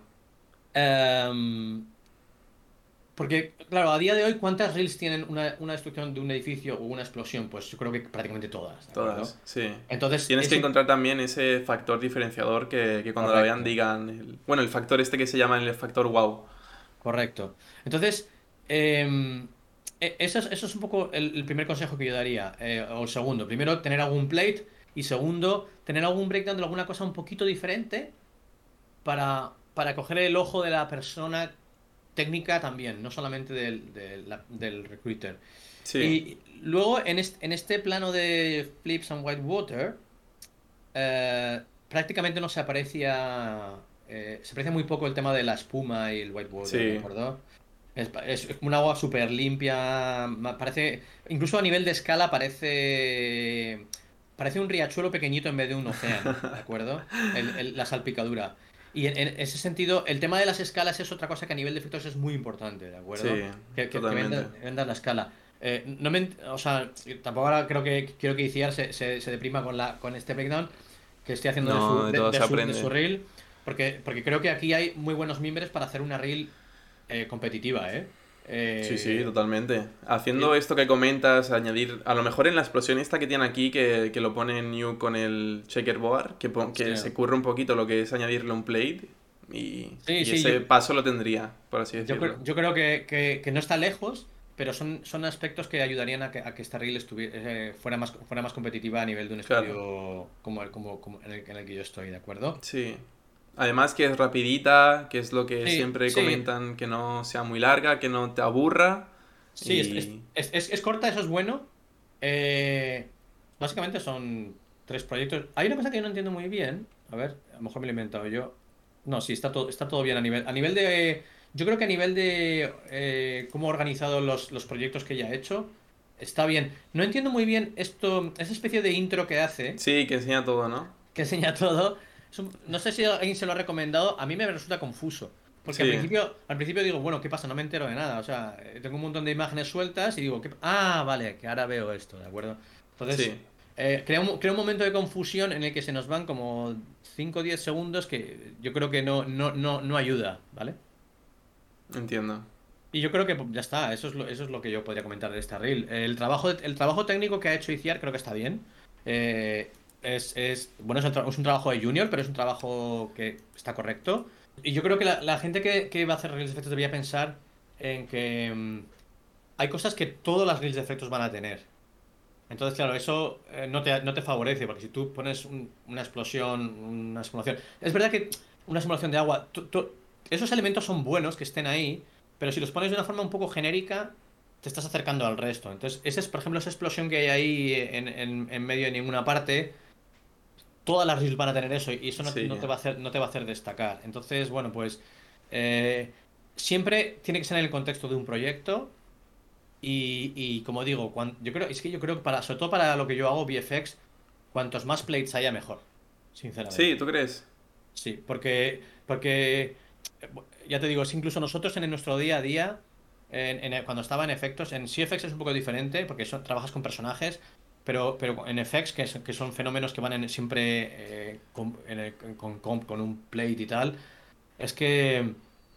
Em, porque, claro, a día de hoy, ¿cuántas reels tienen una, una destrucción de un edificio o una explosión? Pues yo creo que prácticamente todas, ¿de acuerdo? Todas, sí. Entonces, Tienes es que im- encontrar también ese factor diferenciador que, que cuando la vean correcto. digan... el- Bueno, el factor este que se llama el factor wow. Correcto. Entonces, em, e- eso es, eso es un poco el, el primer consejo que yo daría, eh, o el segundo. Primero, tener algún plate y segundo, tener algún breakdown de alguna cosa un poquito diferente para, para coger el ojo de la persona técnica también, no solamente del, del, la- del recruiter. Sí, Y luego, en este, en este plano de Flips and Whitewater, eh, prácticamente no se aprecia, eh, se aprecia muy poco el tema de la espuma y el whitewater, ¿de sí. acuerdo? Es, es como un agua súper limpia, ma- parece, incluso a nivel de escala parece, parece un riachuelo pequeñito en vez de un océano, ¿de acuerdo? El- el- la salpicadura. Y en, en ese sentido, el tema de las escalas es otra cosa que a nivel de efectos es muy importante, ¿de Sí, acuerdo? Que, que, que totalmente. vendas, vendas la escala. Eh, no me, ent- o sea, tampoco ahora creo que quiero que Iciar se, se, se deprima con la, con este breakdown que estoy haciendo de No, su, de de, todo de se su, de aprende. su reel, porque, porque creo que aquí hay muy buenos mimbres para hacer una reel eh, competitiva, ¿eh? Sí, sí, Eh, totalmente. Haciendo eh, esto que comentas, añadir, a lo mejor en la explosión esta que tiene aquí, que, que lo pone en New con el checkerboard, que, pon- sí, que se curra un poquito lo que es añadirle un plate y, sí, y sí, yo, ese paso lo tendría, por así yo, creo- decirlo. yo creo que, que- que no está lejos, pero son, son aspectos que ayudarían a que, a que esta reel estuvi- eh, fuera más, fuera más competitiva a nivel de un Claro, estudio como, el- como, como en el, en el que yo estoy, ¿de acuerdo? sí. Además que es rapidita, que es lo que Sí, siempre sí, comentan, que no sea muy larga, que no te aburra sí, es, es, y... es, es- es corta, eso es bueno. Eh, básicamente son tres proyectos. Hay una cosa que yo no entiendo muy bien. A ver, a lo mejor me lo he inventado yo. No, sí, está todo, está todo bien a nivel. A nivel de. Yo creo que a nivel de eh, cómo ha organizado los, los proyectos que ya ha hecho, está bien. No entiendo muy bien esto, esa especie de intro que hace, Sí, que enseña todo, ¿no? que enseña todo. Es un- no sé si alguien se lo ha recomendado, a mí me resulta confuso. Porque al Sí, principio, al principio digo, bueno, ¿qué pasa? No me entero de nada. O sea, eh, tengo un montón de imágenes sueltas y digo, ¿qué... ah, vale, que ahora veo esto, ¿de acuerdo? Entonces, sí, eh, crea un, crea un momento de confusión en el que se nos van como cinco o diez segundos que yo creo que no, no, no, no ayuda, ¿vale? entiendo. Y yo creo que pues, ya está, eso es lo, eso es lo que yo podría comentar de esta reel. El trabajo, el trabajo técnico que ha hecho Iciar creo que está bien. Eh, es, es, bueno, es un, tra- es un trabajo de junior, pero es un trabajo que está correcto. Y yo creo que la, la gente que, que va a hacer reels de efectos debería pensar en que mm, hay cosas que todas las reels de efectos van a tener. Entonces, claro, eso eh, no te, no te favorece, porque si tú pones un- una explosión, una simulación... Es verdad que una simulación de agua, tú- tú- esos elementos son buenos que estén ahí, pero si los pones de una forma un poco genérica, te estás acercando al resto. Entonces, ese es, por ejemplo, esa explosión que hay ahí en, en- en medio de ninguna parte, todas las reels van a tener eso y eso no, Sí, no te va a hacer, no te va a hacer destacar. Entonces, bueno, pues eh, siempre tiene que ser en el contexto de un proyecto y, y como digo, cuan- yo creo, es que yo creo que para, sobre todo para lo que yo hago, V F X, cuantos más plates haya, mejor, sí, sinceramente. ¿tú crees? Sí, porque, porque eh, bu- ya te digo, es incluso nosotros en nuestro día a día, en- en el- cuando estaba en efectos, en C F X es un poco diferente, porque son- trabajas con personajes, pero, pero en F X, que, es- que son fenómenos que van en- siempre eh, con, en el- con, con- con un plate y tal, es que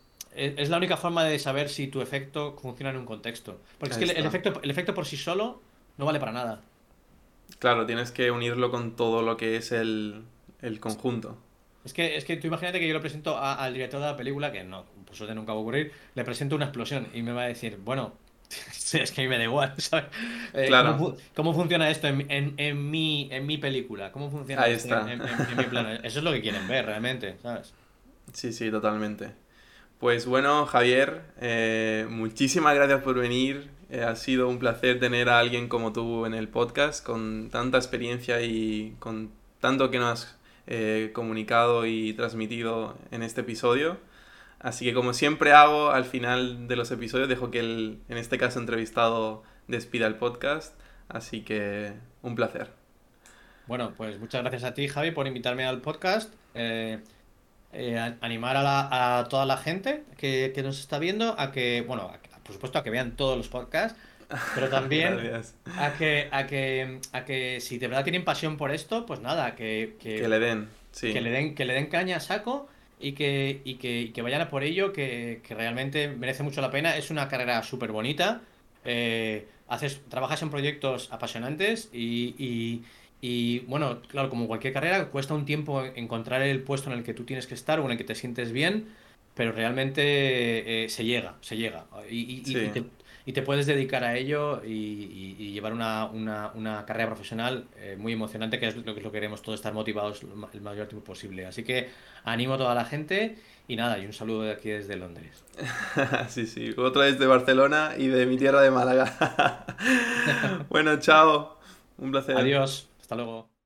es es la única forma de saber si tu efecto funciona en un contexto. Porque es Ahí que el, el está. efecto, el efecto por sí solo no vale para nada. Claro, tienes que unirlo con todo lo que es el, el conjunto. Es que, es que tú imagínate que yo le presento a- al director de la película, que no, por suerte nunca va a ocurrir, le presento una explosión y me va a decir, bueno, sí, es que a mí me da igual, ¿sabes? Eh, ¿cómo, Claro, fu- cómo funciona esto en, en, en mi, en mi película? ¿Cómo funciona ahí esto en, está. en- en- en mi plano? Eso es lo que quieren ver realmente, ¿sabes? Sí, sí, totalmente. Pues bueno, Javier, eh, muchísimas gracias por venir. Eh, ha sido un placer tener a alguien como tú en el podcast, con tanta experiencia y con tanto que nos has eh, comunicado y transmitido en este episodio. Así que como siempre hago, al final de los episodios dejo que el, en este caso, entrevistado despida el podcast. Así que un placer. Bueno, pues muchas gracias a ti, Javi, por invitarme al podcast. Eh, eh, a- animar a, la- a toda la gente que, que nos está viendo a que, bueno, a que- por supuesto a que vean todos los podcasts, pero también Gracias. a que, a que, a que si de verdad tienen pasión por esto, pues nada, que, Que que, le den, que sí. le den, que le den caña a saco y que, y que, y que vayan a por ello, que, que realmente merece mucho la pena. Es una carrera súper bonita. eh, haces, trabajas en proyectos apasionantes y, y, y, bueno, claro, como cualquier carrera, cuesta un tiempo encontrar el puesto en el que tú tienes que estar o en el que te sientes bien, pero realmente eh, se llega, se llega. Y, y- y Sí. te, y te puedes dedicar a ello y, y- y llevar una, una- una carrera profesional eh, muy emocionante, que es lo que, es lo que queremos todos, estar motivados el ma- el mayor tiempo posible. Así que animo a toda la gente y nada, y un saludo de aquí desde Londres. Sí, sí. Otro es de Barcelona y de mi tierra de Málaga. Bueno, chao. Un placer. Adiós, hasta luego.